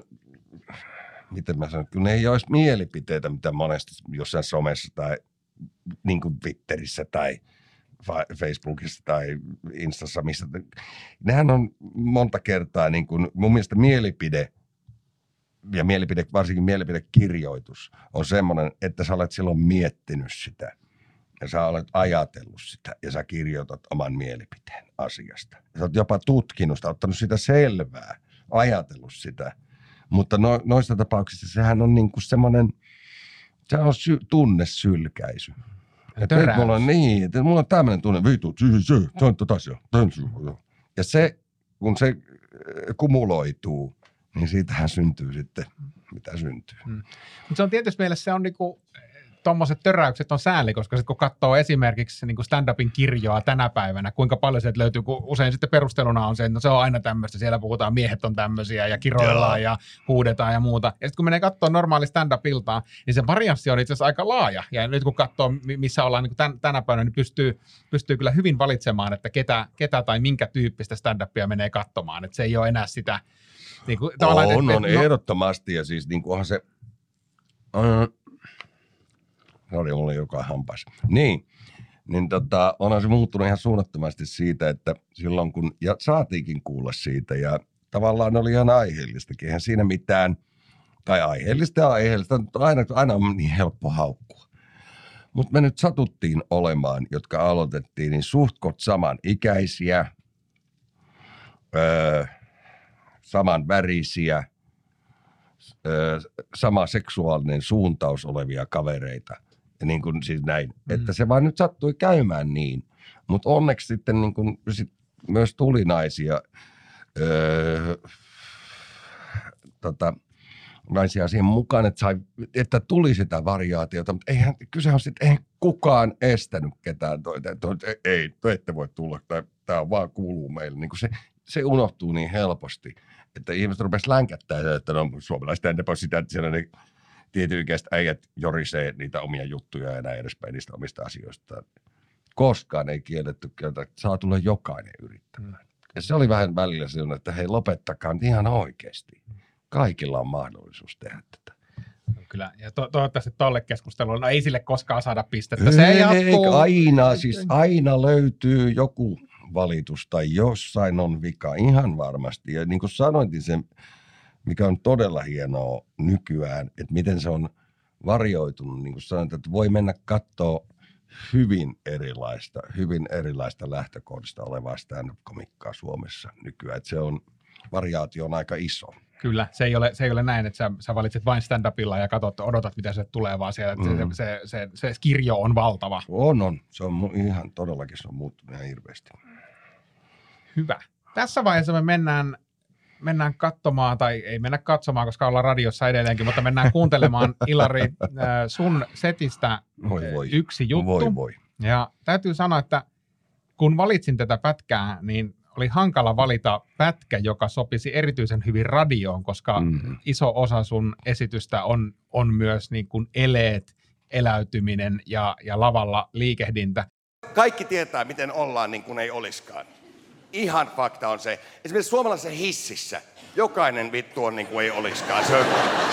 miten mä sanon, kun ne ei olisi mielipiteitä, mitä monesti jossain somessa tai niin kuin Twitterissä tai Facebookissa tai Instassa, missä, nehän on monta kertaa niin kuin, mun mielestä mielipide ja mielipide, varsinkin mielipidekirjoitus on semmoinen, että sä olet silloin miettinyt sitä ja sä olet ajatellut sitä ja sä kirjoitat oman mielipiteen asiasta. Ja sä oot jopa tutkinut sitä, ottanut sitä selvää, ajatellut sitä, mutta no, noissa tapauksissa sehän on niin kuin semmoinen, se on sy- tunnesylkäisy. Että nyt mulla on niin, että mulla on tämmöinen tunne, viitu, se, se, se on tota asia. Ja se, kun se kumuloituu, niin siitähän syntyy sitten, mitä syntyy. Hmm. Mutta se on tietysti mielessä, se on niinku, tommoset töräykset on sääli, koska sit kun katsoo esimerkiksi niinku stand-upin kirjoa tänä päivänä, kuinka paljon sieltä löytyy, kun usein sitten perusteluna on se, että no se on aina tämmöistä, siellä puhutaan miehet on tämmöisiä ja kiroillaan ja huudetaan ja muuta. Ja sitten kun menee katsoa normaali stand-up-iltaa, niin se varianssi on itse asiassa aika laaja. Ja nyt kun katsoo, missä ollaan niin tän, tänä päivänä, niin pystyy, pystyy kyllä hyvin valitsemaan, että ketä, ketä tai minkä tyyppistä stand-upia menee katsomaan. Että se ei ole enää sitä... Niin kuin, on, et, on no, ehdottomasti ja siis niin kuin onhan se... Uh, Sori, mulla oli joka hampas. Niin, niin tota, onhan se muuttunut ihan suunnattomasti siitä, että silloin kun, ja saatiinkin kuulla siitä, ja tavallaan oli ihan aiheellistakin, eihän siinä mitään, tai aiheellista ja aiheellista, aina, aina on niin helppo haukkua. Mutta me nyt satuttiin olemaan, jotka aloitettiin, niin suhtkot samanikäisiä, öö, saman värisiä, öö, sama seksuaalinen suuntaus olevia kavereita. Ja niin kuin siis näin, mm. että se vaan nyt sattui käymään niin. Mutta onneksi sitten niin kuin sit myös tuli naisia, öö, tota, naisia siihen mukaan, että, sai, että tuli sitä variaatiota, mutta eihän, kyse on sitten, eihän kukaan estänyt ketään. Toi, toi, toi, ei, te ette voi tulla, tämä vaan kuuluu meille. Niin kuin se, se unohtuu niin helposti, että ihmiset rupesi länkättää, että no suomalaiset stand-up on sitä, että siellä ne tietyikäiset äijät jorisee niitä omia juttuja ja näin edespäin niistä omista asioista. Koskaan ei kielletty, että saa tulla jokainen yrittämään. Ja se oli vähän välillä sellainen, että hei lopettakaa nyt ihan oikeasti. Kaikilla on mahdollisuus tehdä tätä. Kyllä, ja to- toivottavasti tolle keskustelulle, no ei sille koskaan saada pistettä, se ei, jatkuu. Aina, siis aina löytyy joku valitus tai jossain on vika, ihan varmasti. Ja niin kuin sanoinkin sen, mikä on todella hienoa nykyään, että miten se on varjoitunut, niin kuin sanoin, että voi mennä katsoa hyvin erilaista, hyvin erilaista lähtökohdista olevaa stand-up-komikkaa Suomessa nykyään. Että se on, variaatio on aika iso. Kyllä, se ei ole, se ei ole näin, että sä, sä valitset vain stand-upilla ja katsot, odotat mitä se tulee, vaan siellä, mm. se, se, se, se kirjo on valtava. On, on. Se on ihan todellakin, se on muuttunut ihan hirveästi. Hyvä. Tässä vaiheessa me mennään, mennään katsomaan, tai ei mennä katsomaan, koska ollaan radiossa edelleenkin, mutta mennään kuuntelemaan, Ilari, sun setistä voi, voi. yksi juttu. Voi, voi. Ja täytyy sanoa, että kun valitsin tätä pätkää, niin oli hankala valita pätkä, joka sopisi erityisen hyvin radioon, koska mm-hmm. iso osa sun esitystä on, on myös niin kuin eleet, eläytyminen ja, ja lavalla liikehdintä. Kaikki tietää, miten ollaan niin kuin ei olisikaan. Ihan fakta on se. Esimerkiksi suomalaisessa hississä jokainen vittu on niin kuin ei olisikaan. Se on...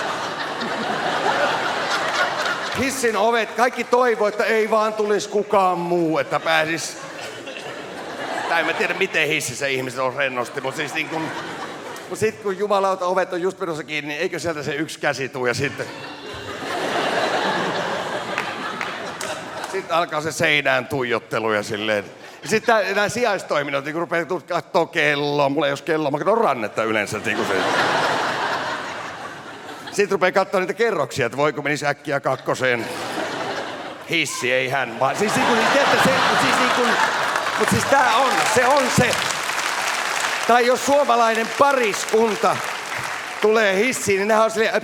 Hissin ovet, kaikki toivoo, että ei vaan tulisi kukaan muu, että pääsis... Tai en mä tiedä, miten hississä ihmiset on rennosti, mutta siis niin kuin... Mutta sitten kun jumalauta ovet on just menossa kiinni, niin eikö sieltä se yksi käsi tuu ja sitten... Sitten alkaa se seinään tuijottelu ja silleen... Ja sitten nämä sijaistoiminnot, niin kun rupeaa katsoa kelloa, mulla ei ole kelloa, mä katson rannetta yleensä. Niin se... Sitten rupeaa katsoa niitä kerroksia, että voiko menisi äkkiä kakkoseen. Hissi, ei hän vaan. Siis niin kuin, tiedätte, se, siis niin kuin... Mutta siis tää on, se on se. Tai jos suomalainen pariskunta tulee hissiin, niin nehän on silleen...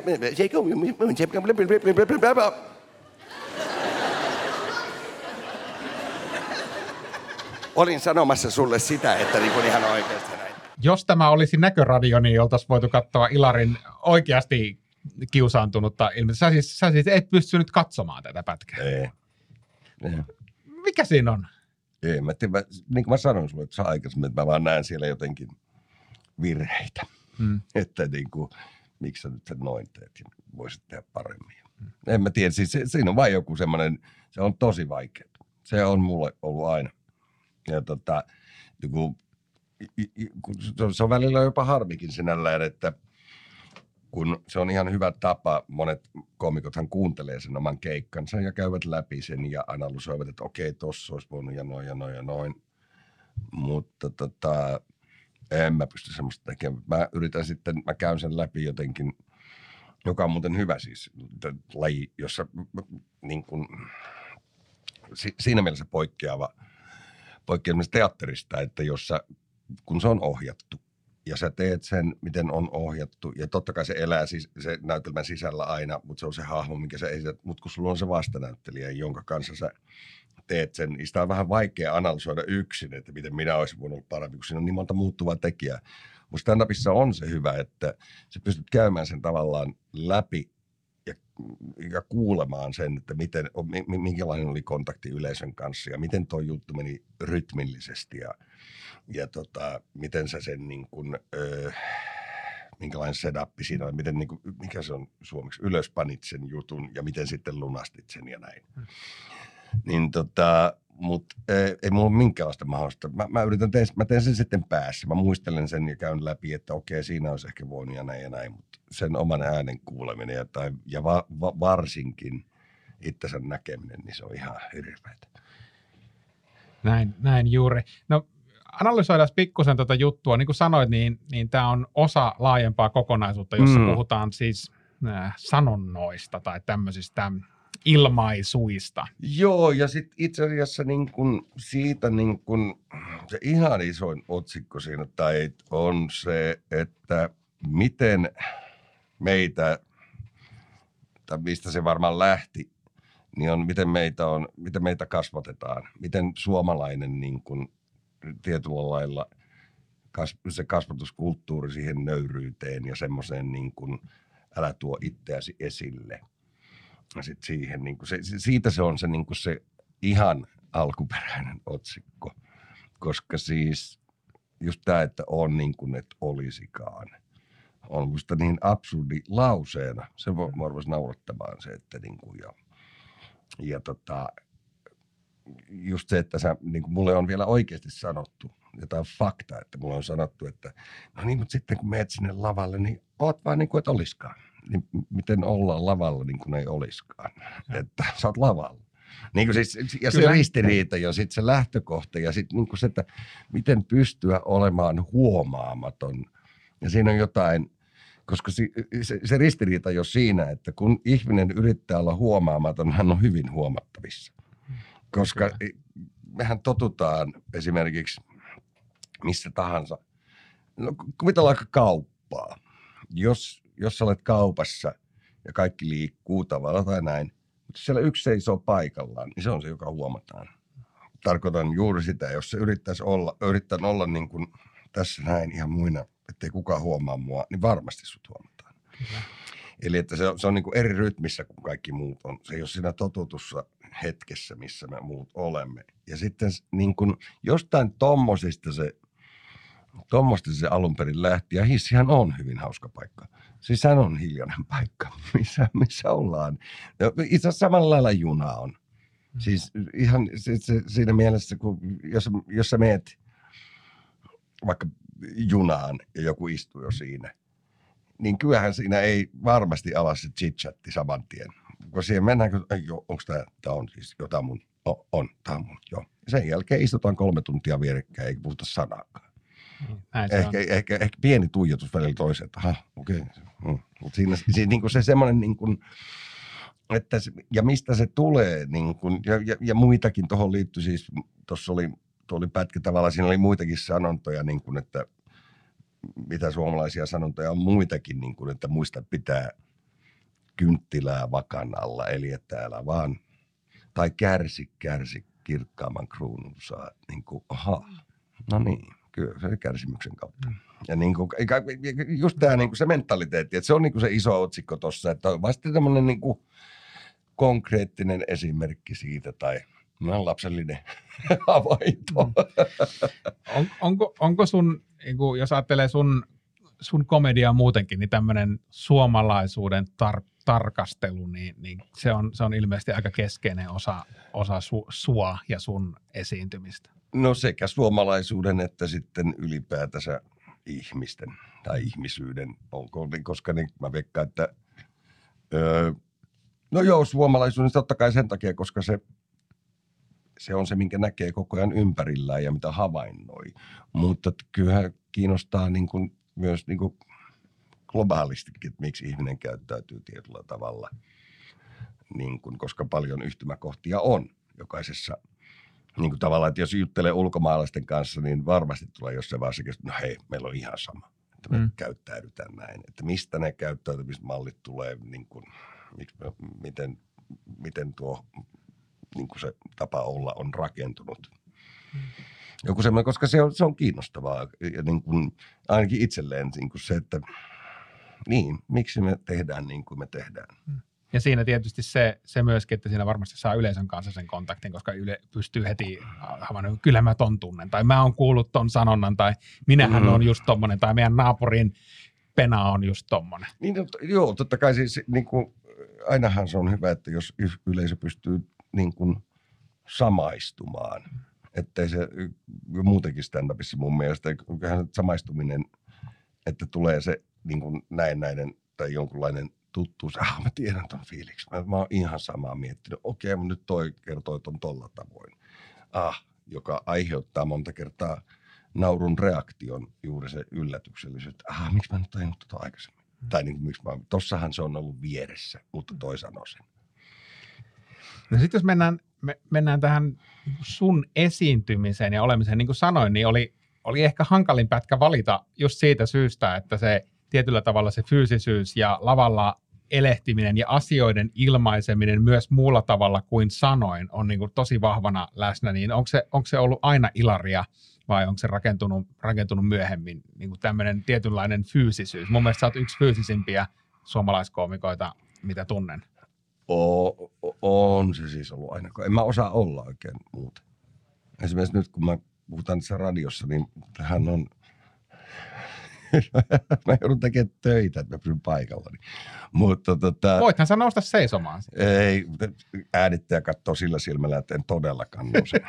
Olin sanomassa sulle sitä, että niin kuin ihan oikeasti näin. Jos tämä olisi näköradio, niin oltaisiin voitu katsoa Ilarin oikeasti kiusaantunutta ilmeisesti. Sä siis, sä siis et pystynyt katsomaan tätä pätkää. Ei. ei. Mikä siinä on? Ei, mä tiedän, niin kuin mä sanoin sulle, että sä aikaisemmin, että mä vaan näen siellä jotenkin virheitä. Hmm. Että niin kuin, miksi sä nyt sen noin teet ja voisit tehdä paremmin. Hmm. En mä tiedä, siis se, siinä on vain joku semmoinen, se on tosi vaikeaa. Se on mulle ollut aina. Ja tota, kun, kun se on välillä jopa harmikin sinällään, että kun se on ihan hyvä tapa, monet koomikothan kuuntelee sen oman keikkansa ja käyvät läpi sen ja analysoivat, että okei, tossa olisi voinut ja noin ja noin ja noin. Mutta tota, en mä pysty semmoista tekemään. Mä yritän sitten, mä käyn sen läpi jotenkin, joka on muuten hyvä siis, laji, jossa niin kun, siinä mielessä poikkeava, poikkeava teatterista, että jossa, kun se on ohjattu, ja sä teet sen, miten on ohjattu. Ja totta kai se elää siis, se näytelmän sisällä aina, mutta se on se hahmo, minkä sä esität. Mutta kun sulla on se vastanäyttelijä, jonka kanssa sä teet sen, niin sitä on vähän vaikea analysoida yksin, että miten minä olisin voinut olla parempi, kun siinä on niin monta muuttuvaa tekijää. Mutta stand-upissa on se hyvä, että sä pystyt käymään sen tavallaan läpi ja, ja kuulemaan sen, että miten, minkälainen oli kontakti yleisön kanssa ja miten tuo juttu meni rytmillisesti ja Ja tota, miten sä sen niin kuin, öö, minkälainen setup siinä on, miten niin kuin, mikä se on suomeksi, ylöspanit sen jutun ja miten sitten lunastit sen ja näin. Hmm. Niin tota, mut ei, ei mulla ole minkäänlaista mahdollista. Mä, mä yritän tehdä, mä teen sen sitten päässä. Mä muistelen sen ja käyn läpi, että okei, siinä olisi ehkä voinut ja näin ja näin, mutta sen oman äänen kuuleminen ja, tai, ja va, va, varsinkin itsensä näkeminen, niin se on ihan hirveätä. Näin, näin juuri. No, analysoidaan pikkusen tätä juttua. Niin kuin sanoit, niin, niin tämä on osa laajempaa kokonaisuutta, jossa mm. puhutaan siis äh, sanonnoista tai tämmöisistä ilmaisuista. Joo, ja sitten itse asiassa niin kun siitä niin kun, se ihan isoin otsikko siinä tai on se, että miten meitä, tai mistä se varmaan lähti, niin on miten meitä, on, miten meitä kasvatetaan, miten suomalainen niin kun, tietyllä lailla kas, se kasvatuskulttuuri siihen nöyryyteen ja semmoiseen niin kuin, älä tuo itseäsi esille. Ja sit siihen, niin kuin se, siitä se on se, niin kuin se ihan alkuperäinen otsikko, koska siis just tämä, että on niin kuin et olisikaan, on musta niin absurdi lauseena. Se voi voisi naurattamaan se, että niin kuin ja, ja tota, just se, että sä, niin kuin mulle on vielä oikeasti sanottu, jotain faktaa, että mulle on sanottu, että no niin, mutta sitten kun meet sinne lavalle, niin oot vaan niin kuin et olisikaan. Niin miten ollaan lavalla niin kuin ei olisikaan, ja. Että sä oot lavalla. Niin kuin siis, ja se ristiriita ja sitten se lähtökohta ja sitten niin se, että miten pystyä olemaan huomaamaton. Ja siinä on jotain, koska se, se, se ristiriita jo siinä, että kun ihminen yrittää olla huomaamaton, hän on hyvin huomattavissa. Koska mehän totutaan esimerkiksi missä tahansa. No, kuvitellaan aika kauppaa. Jos, jos sä olet kaupassa ja kaikki liikkuu tavalla tai näin, mutta siellä yksi seisoo paikallaan, niin se on se, joka huomataan. Tarkoitan juuri sitä, jos se yrittäisi olla, yrittää olla niin kuin tässä näin ihan muina, ettei kukaan huomaa mua, niin varmasti sut huomataan. Kyllä. Eli että se on, se on niin kuin eri rytmissä kuin kaikki muut on. Se ei ole siinä totutussa hetkessä, missä me muut olemme. Ja sitten niin kuin jostain tommosista se, tommosta se alun perin lähti. Ja hissihän on hyvin hauska paikka. Siis sehän on hiljainen paikka, missä, missä ollaan. Itse asiassa samalla lailla juna on. Siis ihan se, se, siinä mielessä, kun jos, jos sä meet vaikka junaan ja joku istuu jo siinä, niin kyllähän siinä ei varmasti ala se chit-chatti saman tien. Kun siihen mennään, onko tämä, tämä on siis jotain mun, on, on tämä on mun, joo. Sen jälkeen istutaan kolme tuntia vierekkäin, eikä puhuta sanaakaan. Näin ehkä, ehkä, ehkä, ehkä pieni tuijotus välillä toiseen, että aha, okei. Okay. Mm. Mutta siinä, siinä niin kuin se semmoinen, niin kuin, että se, ja mistä se tulee, niin kuin, ja, ja, ja muitakin tuohon liittyi siis, tuossa oli, oli pätkä tavallaan, siinä oli muitakin sanontoja, niin kuin, että mitä suomalaisia sanontoja on muitakin, niin kuin, että muista pitää kynttilää vakan alla, eli että älä vaan, tai kärsi, kärsi, kirkkaamman kruunun saa, niin kuin, aha, no niin, kyllä se kärsimyksen kautta. Mm. Ja niin kuin, just tämä niin kuin se mentaliteetti, että se on niin kuin se iso otsikko tuossa, että on vasta tämmöinen niin kuin konkreettinen esimerkki siitä, tai no, lapsellinen havainto. Mm. On, onko, onko sun, niin kuin, jos ajattelee sun, sun komediaa muutenkin, niin tämmöinen suomalaisuuden tar- tarkastelu, niin, niin se, on, se on ilmeisesti aika keskeinen osa, osa su, sua ja sun esiintymistä. No sekä suomalaisuuden että sitten ylipäätänsä ihmisten tai ihmisyyden, onko, koska niin mä veikkaan, että öö, no joo, suomalaisuuden totta kai sen takia, koska se Se on se, minkä näkee koko ajan ympärillään ja mitä havainnoi. Mutta kyllähän kiinnostaa niin kuin myös niin kuin globaalistikin, että miksi ihminen käyttäytyy tietyllä tavalla, niin kuin, koska paljon yhtymäkohtia on jokaisessa. Niin kuin tavallaan, että jos juttelee ulkomaalaisten kanssa, niin varmasti tulee jossain vaiheessa, että no hei, meillä on ihan sama, että me mm. käyttäydytään näin. Että mistä ne käyttäytymismallit tulee, niin kuin, miten, miten tuo niin kuin se tapa olla on rakentunut. Mm. Joku semmoinen, koska se on, se on kiinnostavaa. Ja niin kuin, ainakin itselleen niin kuin se, että niin, miksi me tehdään niin kuin me tehdään. Mm. Ja siinä tietysti se, se myöskin, että siinä varmasti saa yleisön kanssa sen kontaktin, koska yle pystyy heti havainnoimaan, kyllä mä ton tunnen, tai mä oon kuullut ton sanonnan, tai minähän mm. on just tommonen, tai meidän naapurin Pena on just tommonen. Niin, no, joo, totta kai siis niin kuin, ainahan se on hyvä, että jos yleisö pystyy niin kuin samaistumaan, ettei se muutenkin stand-upissa mun mielestä, kyllähän samaistuminen, että tulee se niin kuin näennäinen tai jonkunlainen tuttuus, ah mä tiedän ton fiiliksi, mä, mä oon ihan samaa miettinyt, okei, mutta nyt toi kertoi ton tolla tavoin, ah, joka aiheuttaa monta kertaa naurun reaktion, juuri se yllätyksellisyys, että ah, miksi mä en tajunnut tota aikaisemmin, mm. tai niin kuin, miksi mä, tossahan se on ollut vieressä, mutta toi sanoi sen. No sitten jos mennään, me, mennään tähän sun esiintymiseen ja olemiseen, niin kuin sanoin, niin oli, oli ehkä hankalin pätkä valita just siitä syystä, että se tietyllä tavalla se fyysisyys ja lavalla elehtiminen ja asioiden ilmaiseminen myös muulla tavalla kuin sanoin on niin kuin tosi vahvana läsnä, niin onko se, onko se ollut aina ilaria vai onko se rakentunut, rakentunut myöhemmin niin kuin tämmöinen tietynlainen fyysisyys? Mun mielestä sä oot yksi fyysisimpiä suomalaiskoomikoita, mitä tunnen. O, on se siis ollut aina. En mä osaa olla oikein muuta. Esimerkiksi nyt kun mä puhutaan tässä radiossa, niin tähän on... mä joudun tekemään töitä, että mä pysyn paikallani. Mutta tota... Voithan sä nousta seisomaan. Ei, äänittäjä katsoo sillä silmällä, että en todellakaan nouse.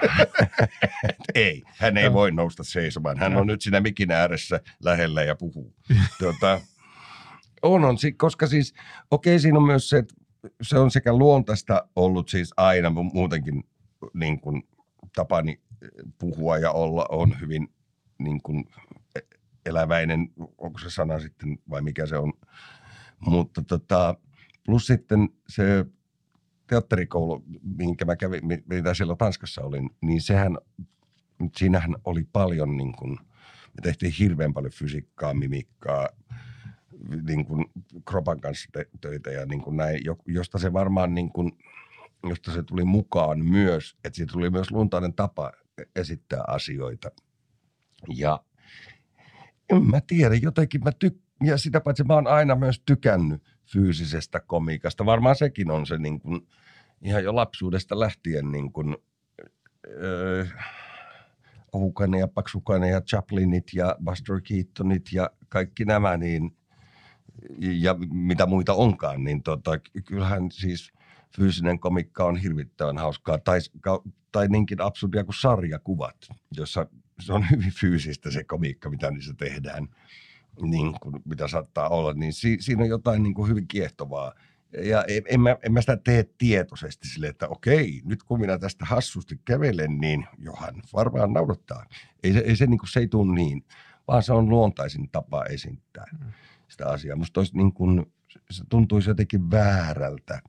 ei, hän ei voi nousta seisomaan. Hän on nyt siinä mikin ääressä lähellä ja puhuu. tuota, on, on, koska siis, okei, siinä on myös se, että se on sekä luontaista ollut siis aina muutenkin niin kuin tapani puhua ja olla on hyvin niin kuin eläväinen, onko se sana sitten vai mikä se on. Mutta tota, plus sitten se teatterikoulu, minkä mä kävin, mitä siellä Tanskassa olin, niin sehän, siinähän oli paljon niin kuin, me tehtiin hirveän paljon fysiikkaa, mimikkaa, niin kuin kropan kanssa töitä ja niin kuin näin, josta se varmaan niin kuin, josta se tuli mukaan myös, että siitä tuli myös luontainen tapa esittää asioita. Ja en mä tiedä, jotenkin mä tykkään, ja sitä paitsi mä oon aina myös tykännyt fyysisestä komiikasta. Varmaan sekin on se niin kuin, ihan jo lapsuudesta lähtien niin kuin, öö, Ohukainen ja Paksukainen ja Chaplinit ja Buster Keatonit ja kaikki nämä, niin, ja mitä muita onkaan, niin tota, kyllähän siis fyysinen komikka on hirvittävän hauskaa, tai, tai niinkin absurdia kuin sarjakuvat, jossa se on hyvin fyysistä se komiikka, mitä niissä tehdään, niin kuin, mitä saattaa olla, niin si, siinä on jotain niin kuin hyvin kiehtovaa. Ja en, en, mä, en mä sitä tee tietoisesti silleen, että okei, nyt kun minä tästä hassusti kävelen, niin johan varmaan naurattaa. Ei se, ei se, niin kuin, se ei tule niin, vaan se on luontaisin tapa esittää sitä asiaa. Musta olisi niin kuin, se tuntuisi jotenkin väärältä,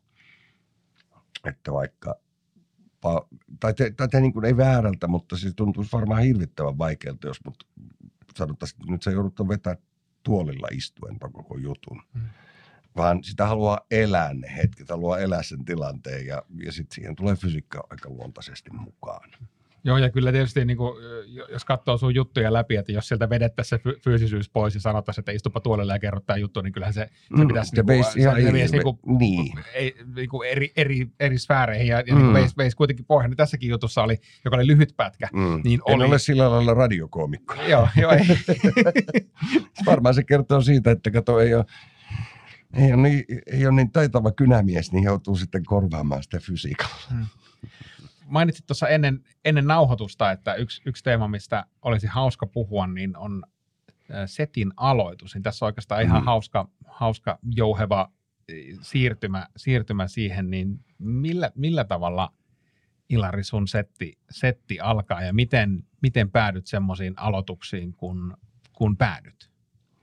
että vaikka, tai, te, tai te, niin kuin, ei väärältä, mutta se tuntuisi varmaan hirvittävän vaikealta, jos mut sanottaisiin, että nyt sä joudut vetää tuolilla istuen koko jutun. Hmm. Vaan sitä haluaa elää ne hetket, haluaa elää sen tilanteen ja, ja sitten siihen tulee fysiikka aika luontaisesti mukaan. Joo, ja kyllä tietysti niin kuin, jos katsoo sun juttuja läpi, että jos sieltä vedettäisiin se fyysisyys pois ja sanottaisiin, että istupa tuolelle ja kerro tämä juttu, niin kyllähän se, se pitäisi mm, niin kuin, se veisi niin kuin, niin. Ei, niin kuin eri, eri, eri sfääreihin ja, ja mm. niin veisi, veisi kuitenkin pohjan. Niin tässäkin jutussa oli, joka oli lyhyt pätkä. Mm. Niin en oli... ole sillä lailla radiokoomikko. Joo, joo. Ei. Varmaan se kertoo siitä, että kato ei ole, ei ole, niin, ei ole niin taitava kynämies, niin joutuu sitten korvaamaan sitä fysiikalla. Mm. Mainitsit tuossa ennen, ennen nauhoitusta, että yksi, yksi teema, mistä olisi hauska puhua, niin on setin aloitus. Niin tässä on oikeastaan ihan mm. hauska, hauska jouheva siirtymä, siirtymä siihen, niin millä, millä tavalla, Ilari, sun setti, setti alkaa ja miten, miten päädyt semmoisiin aloituksiin, kun, kun päädyt?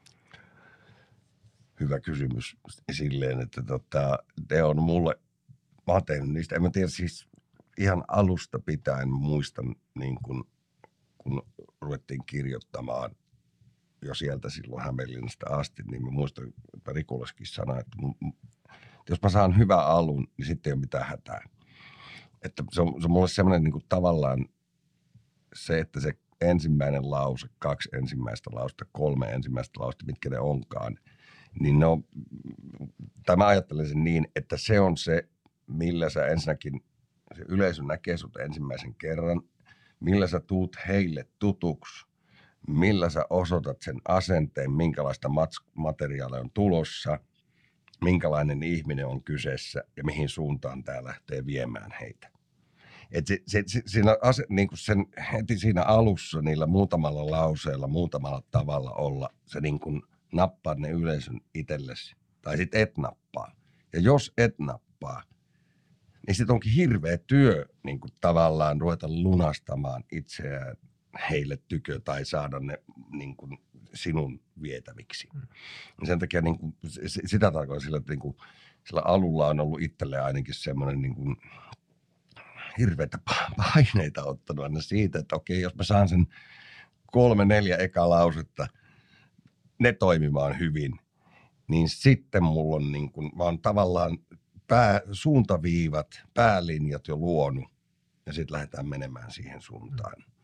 Hyvä kysymys silleen, että tota, te on mulle, mä oon tehnyt niistä, en mä tiedä siis, ihan alusta pitäen muistan, niin kun, kun ruvettiin kirjoittamaan jo sieltä silloin Hämeenlinnasta asti, niin mä muistan, että Rikuleskin sanoi, että, että jos mä saan hyvän alun, niin sitten ei ole mitään hätää. Että se on, se on mulle semmoinen niin kuin tavallaan se, että se ensimmäinen lause, kaksi ensimmäistä lausta, kolme ensimmäistä lausta, mitkä ne onkaan, niin ne on, tai mä ajattelen sen niin, että se on se, millä sä ensinnäkin se yleisö näkee sut ensimmäisen kerran, millä sä tuut heille tutuksi, millä sä osoitat sen asenteen, minkälaista materiaalia on tulossa, minkälainen ihminen on kyseessä ja mihin suuntaan tää lähtee viemään heitä. Et se, se, se, siinä, niin kuin sen, heti siinä alussa niillä muutamalla lauseella, muutamalla tavalla olla, se niin kuin nappaa ne yleisön itsellesi, tai sit et nappaa. Ja jos et nappaa, niin sitten onkin hirveä työ niin kuin tavallaan ruveta lunastamaan itseään heille tykö tai saada ne niin kuin sinun vietäviksi. Mm. Sen takia niin kuin, sitä tarkoitan sillä, että niin kuin, sillä alulla on ollut itselle ainakin semmoinen niin kuin hirveitä paineita ottanut aina siitä, että okei, jos mä saan sen kolme, neljä eka lausetta, ne toimimaan hyvin, niin sitten mulla on niin kuin, mä oon tavallaan Pää, suuntaviivat, päälinjat jo luonut ja sitten lähdetään menemään siihen suuntaan.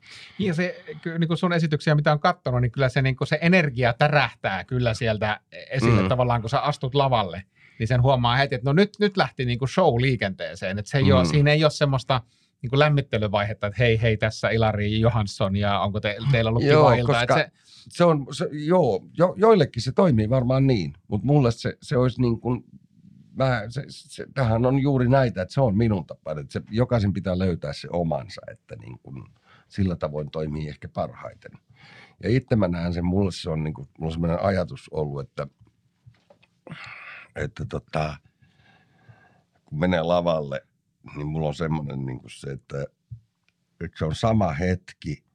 Ja se, niin kuin sun esityksiä, mitä on katsonut, niin kyllä se, niin kuin se energia tärähtää kyllä sieltä esille mm. tavallaan, kun sä astut lavalle. Niin sen huomaa heti, että no nyt, nyt lähti niin kuin show liikenteeseen. Että se ei mm. ole, siinä ei ole semmoista niin kuin lämmittelyvaihetta, että hei, hei, tässä Ilari Johansson ja onko te, teillä ollut joo, kiva ilta. Koska se, se on, se, joo, jo, joillekin se toimii varmaan niin, mutta mulle se, se olisi niin kuin, mä, se, se, tämähän on juuri näitä, että se on minun tapa, että se, jokaisen pitää löytää se omansa, että niin kuin, sillä tavoin toimii ehkä parhaiten. Ja itse mä näen sen, mulle se on, niin kuin, mulla on sellainen ajatus ollut, että, että tota, kun menee lavalle, niin mulla on semmoinen niin kuin se, että, että se on sama hetki,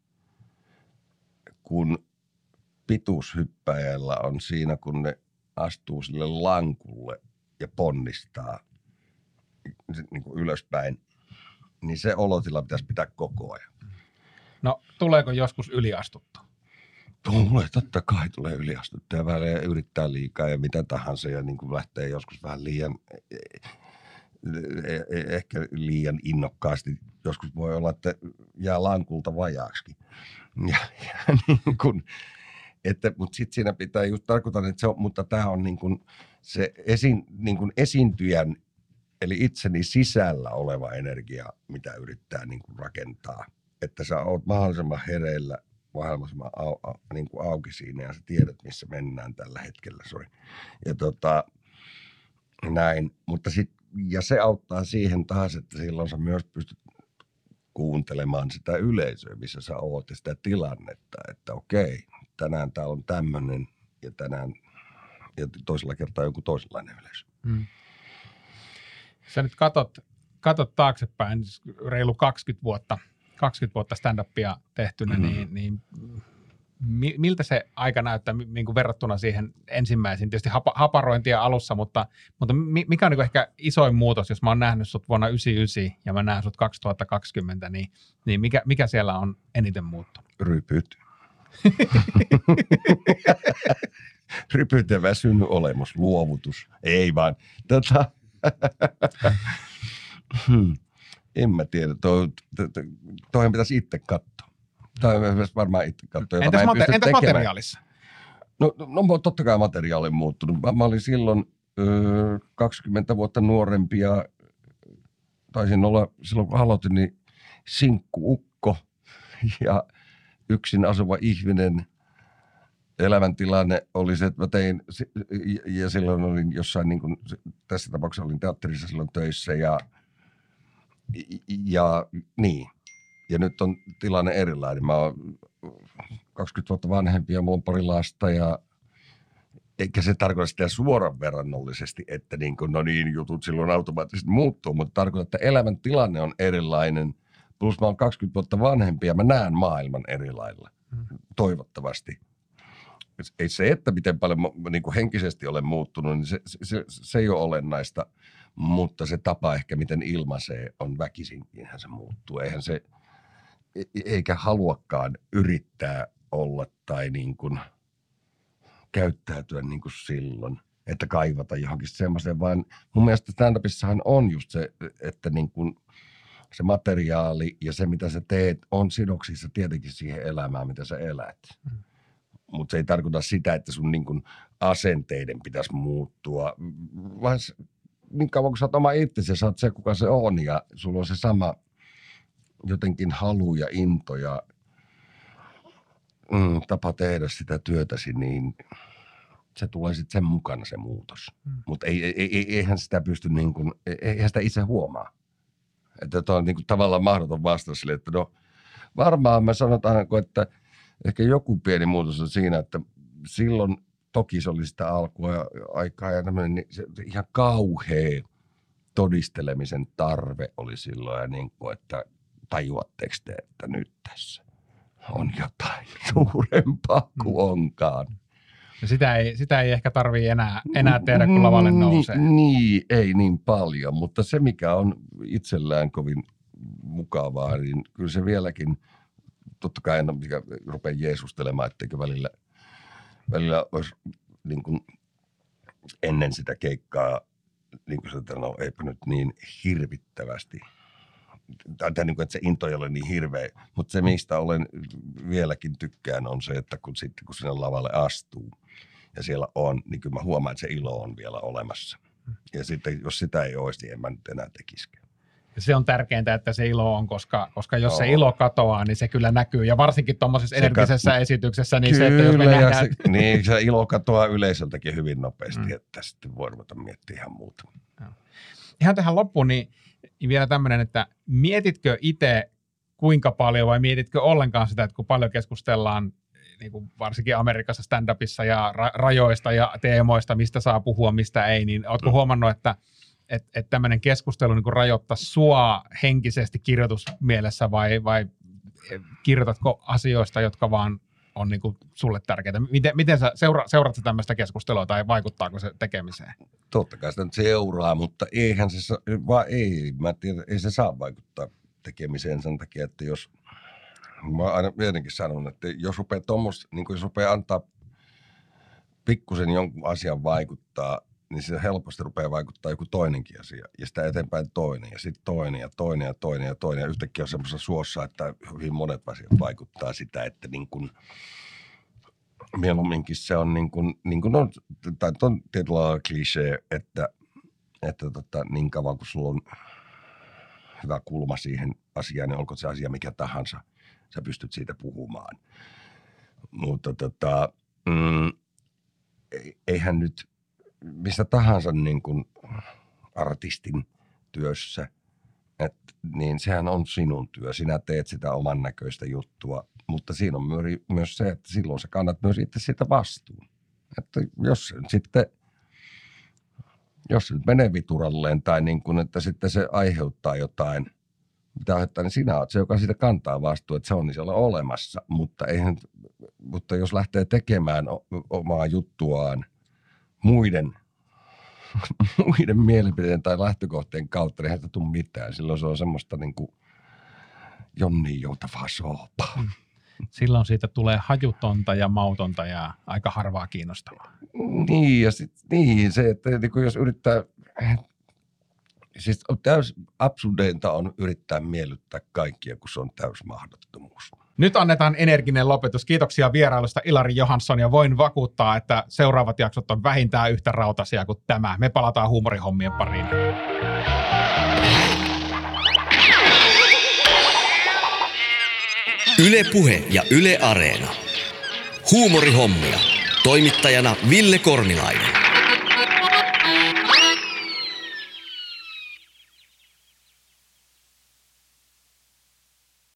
kun pituushyppäjällä on siinä, kun ne astuu sille lankulle ja ponnistaa niin kuin ylöspäin, niin se olotila pitäisi pitää koko ajan. No, tuleeko joskus yliastuttu? Tulee, totta kai tulee yliastuttu ja välillä yrittää liikaa ja mitä tahansa ja niin kuin lähtee joskus vähän liian, ehkä liian innokkaasti. Joskus voi olla, että jää lankulta vajaaksikin. Ja, ja niin kuin, että, mutta sitten siinä pitää just tarkoittaa, että se on, mutta tämä on niin kuin se esi, niin kuin esiintyjän, eli itseni sisällä oleva energia, mitä yrittää niin kuin rakentaa. Että sä oot mahdollisimman hereillä, mahdollisimman au, au, niin kuin auki siinä ja sä tiedät, missä mennään tällä hetkellä. Sorry. Ja tota, näin, mutta sit, ja se auttaa siihen taas, että silloin sä myös pystyt kuuntelemaan sitä yleisöä, missä sä oot ja sitä tilannetta, että okei, tänään täällä on tämmöinen ja tänään ja toisella kertaa joku toisenlainen yleisö. Hmm. Sä nyt katot, katot taaksepäin reilu kaksikymmentä vuotta, kaksikymmentä vuotta stand-upia tehtynä, hmm. niin, niin miltä se aika näyttää niin kuin verrattuna siihen ensimmäisiin? Tietysti hapa, haparointia alussa, mutta, mutta mikä on niin kuin ehkä isoin muutos, jos mä oon nähnyt sut vuonna yhdeksänkymmentäyhdeksän ja mä näen sut kaksituhattakaksikymmentä, niin, niin mikä, mikä siellä on eniten muuttunut? Rypyt. Rypyt ja väsynyt olemus, luovutus. Ei vaan. Tota, en mä tiedä. Toi, toi, toihan pitäisi itse katsoa. Tai varmaan itse katsoa. Entäs, mater- entäs materiaalissa? No, no totta kai materiaali on muuttunut. Mä, mä olin silloin öö, kaksikymmentä vuotta nuorempi ja taisin olla silloin kun aloitin, niin sinkku-ukko ja yksin asuva ihminen. Elämäntilanne oli se, että mä tein, ja silloin olin jossain, niin kuin, tässä tapauksessa olin teatterissa silloin töissä ja, ja niin. Ja nyt on tilanne erilainen. Mä oon kaksikymmentä vuotta vanhempi ja mulla on pari lasta ja eikä se tarkoita sitä suoran verrannollisesti, että niin kuin, no niin, jutut silloin automaattisesti muuttuu, mutta tarkoittaa, että elämän tilanne on erilainen. Plus mä oon kaksikymmentä vuotta vanhempi ja mä näen maailman eri lailla, hmm. toivottavasti. Ei se, että miten paljon niin kuin henkisesti olen muuttunut, niin se, se, se ei ole olennaista, mutta se tapa ehkä, miten ilmaisee, on väkisinkinhän se muuttuu. Eihän se, eikä haluakaan yrittää olla tai niin kuin käyttäytyä niin kuin silloin, että kaivata johonkin semmoiseen, vaan mun mielestä stand-upissahan on just se, että niin kuin se materiaali ja se, mitä sä teet, on sidoksissa tietenkin siihen elämään, mitä sä elät. Mm. Mutta se ei tarkoita sitä, että sun niin kuin asenteiden pitäisi muuttua, vaan niin kauan kun sä oot oma itsesi ja sä oot se, kuka se on ja sulla on se sama jotenkin halu ja into ja mm, tapa tehdä sitä työtäsi, niin se tulee sitten sen mukana se muutos. Mm. Mutta ei, ei, ei, eihän sitä pysty niin kuin, eihän sitä itse huomaa. Että tuo on niin kuin tavallaan mahdoton vastaus sille, että no varmaan me sanotaanko, että ehkä joku pieni muutos on siinä, että silloin toki se oli sitä alkua ja aikaa ja tämmöinen, niin se ihan kauhea todistelemisen tarve oli silloin ja niin kuin, että tajuatteko te, että nyt tässä on jotain suurempaa kuin onkaan. Ja sitä ei, sitä ei ehkä tarvii enää, enää tehdä, kun lavalle nousee. Niin, ei niin paljon, mutta se mikä on itsellään kovin mukavaa, niin kyllä se vieläkin, totta kai en ole mikä rupea jeesustelemaan, etteikö välillä, välillä olisi niin kuin ennen sitä keikkaa, niin kuin sanotaan, no eipä nyt niin hirvittävästi tai, tai niin kuin, että se into ei ole niin hirveä, mutta se mistä olen vieläkin tykkään on se, että kun sitten kun sinne lavalle astuu ja siellä on, niin kyllä mä huomaan, että se ilo on vielä olemassa. Ja sitten jos sitä ei olisi, niin en mä nyt enää tekisikään. Se on tärkeintä, että se ilo on, koska, koska jos Joo. se ilo katoaa, niin se kyllä näkyy. Ja varsinkin tuommoisessa energisessä kat... esityksessä, niin kyllä, se, että jos me nähdään... Se, niin, se ilo katoaa yleisöltäkin hyvin nopeasti, mm. että sitten voi ruveta miettimään ihan muuta. Joo. Ihan tähän loppuun, niin vielä tämmöinen, että mietitkö itse kuinka paljon vai mietitkö ollenkaan sitä, että kun paljon keskustellaan niin kuin varsinkin Amerikassa stand-upissa ja ra- rajoista ja teemoista, mistä saa puhua, mistä ei, niin ootko mm. huomannut, että että et tämmöinen keskustelu niin rajoittaa sua henkisesti kirjoitusmielessä vai, vai kirjoitatko asioista, jotka vaan on niin kuin sulle tärkeitä? Miten, miten sä seura, seuraat sä tämmöistä keskustelua tai vaikuttaako se tekemiseen? Totta kai sitä nyt seuraa, mutta eihän se, vaan ei, mä tiedän, ei se saa vaikuttaa tekemiseen sen takia, että jos, mä oon aina jotenkin sanonut, että jos rupeaa tommos, niin jos rupeaa antaa pikkusen jonkun asian vaikuttaa, niin se helposti rupeaa vaikuttaa joku toinenkin asia. Ja sitä eteenpäin toinen, ja sitten toinen, ja toinen, ja toinen, ja toinen. Ja yhtäkkiä on semmoisessa suossa, että hyvin monet asiat vaikuttaa sitä, että niin kuin mieluumminkin se on niin kuin, niin kuin on, tai on tietyllä lailla klisee, että, että tota, niin kauan kun sulla on hyvä kulma siihen asiaan, niin olko se asia mikä tahansa, sä pystyt siitä puhumaan. Mutta tota, mm, eihän nyt mistä tahansa niin kuin artistin työssä, et, niin sehän on sinun työ. Sinä teet sitä oman näköistä juttua, mutta siinä on myös se, että silloin sä kannat myös itse siitä vastuun. Että jos sitten, jos se nyt menee vituralleen tai niin kuin, että sitten se aiheuttaa jotain, mitä aiheuttaa, niin sinä olet se, joka siitä kantaa vastuun, että se on niin siellä olemassa. Mutta, eihän, mutta jos lähtee tekemään omaa juttuaan muiden, muiden mielipiteen tai lähtökohteen kautta, niin ei tule mitään. Silloin se on semmoista niin kuin jonnin joutavaa soopaa. Silloin siitä tulee hajutonta ja mautonta ja aika harvaa kiinnostavaa. Niin, ja sit, niin se, että niin kuin jos yrittää, siis täys absurdeinta on yrittää miellyttää kaikkia, kun se on täys mahdottomuus. Nyt annetaan energinen lopetus. Kiitoksia vierailusta Ilari Johansson ja voin vakuuttaa, että seuraavat jaksot on vähintään yhtä rautaisia kuin tämä. Me palataan huumorihommien pariin. Yle Puhe ja Yle Areena. Huumorihommia. Toimittajana Ville Kornilainen.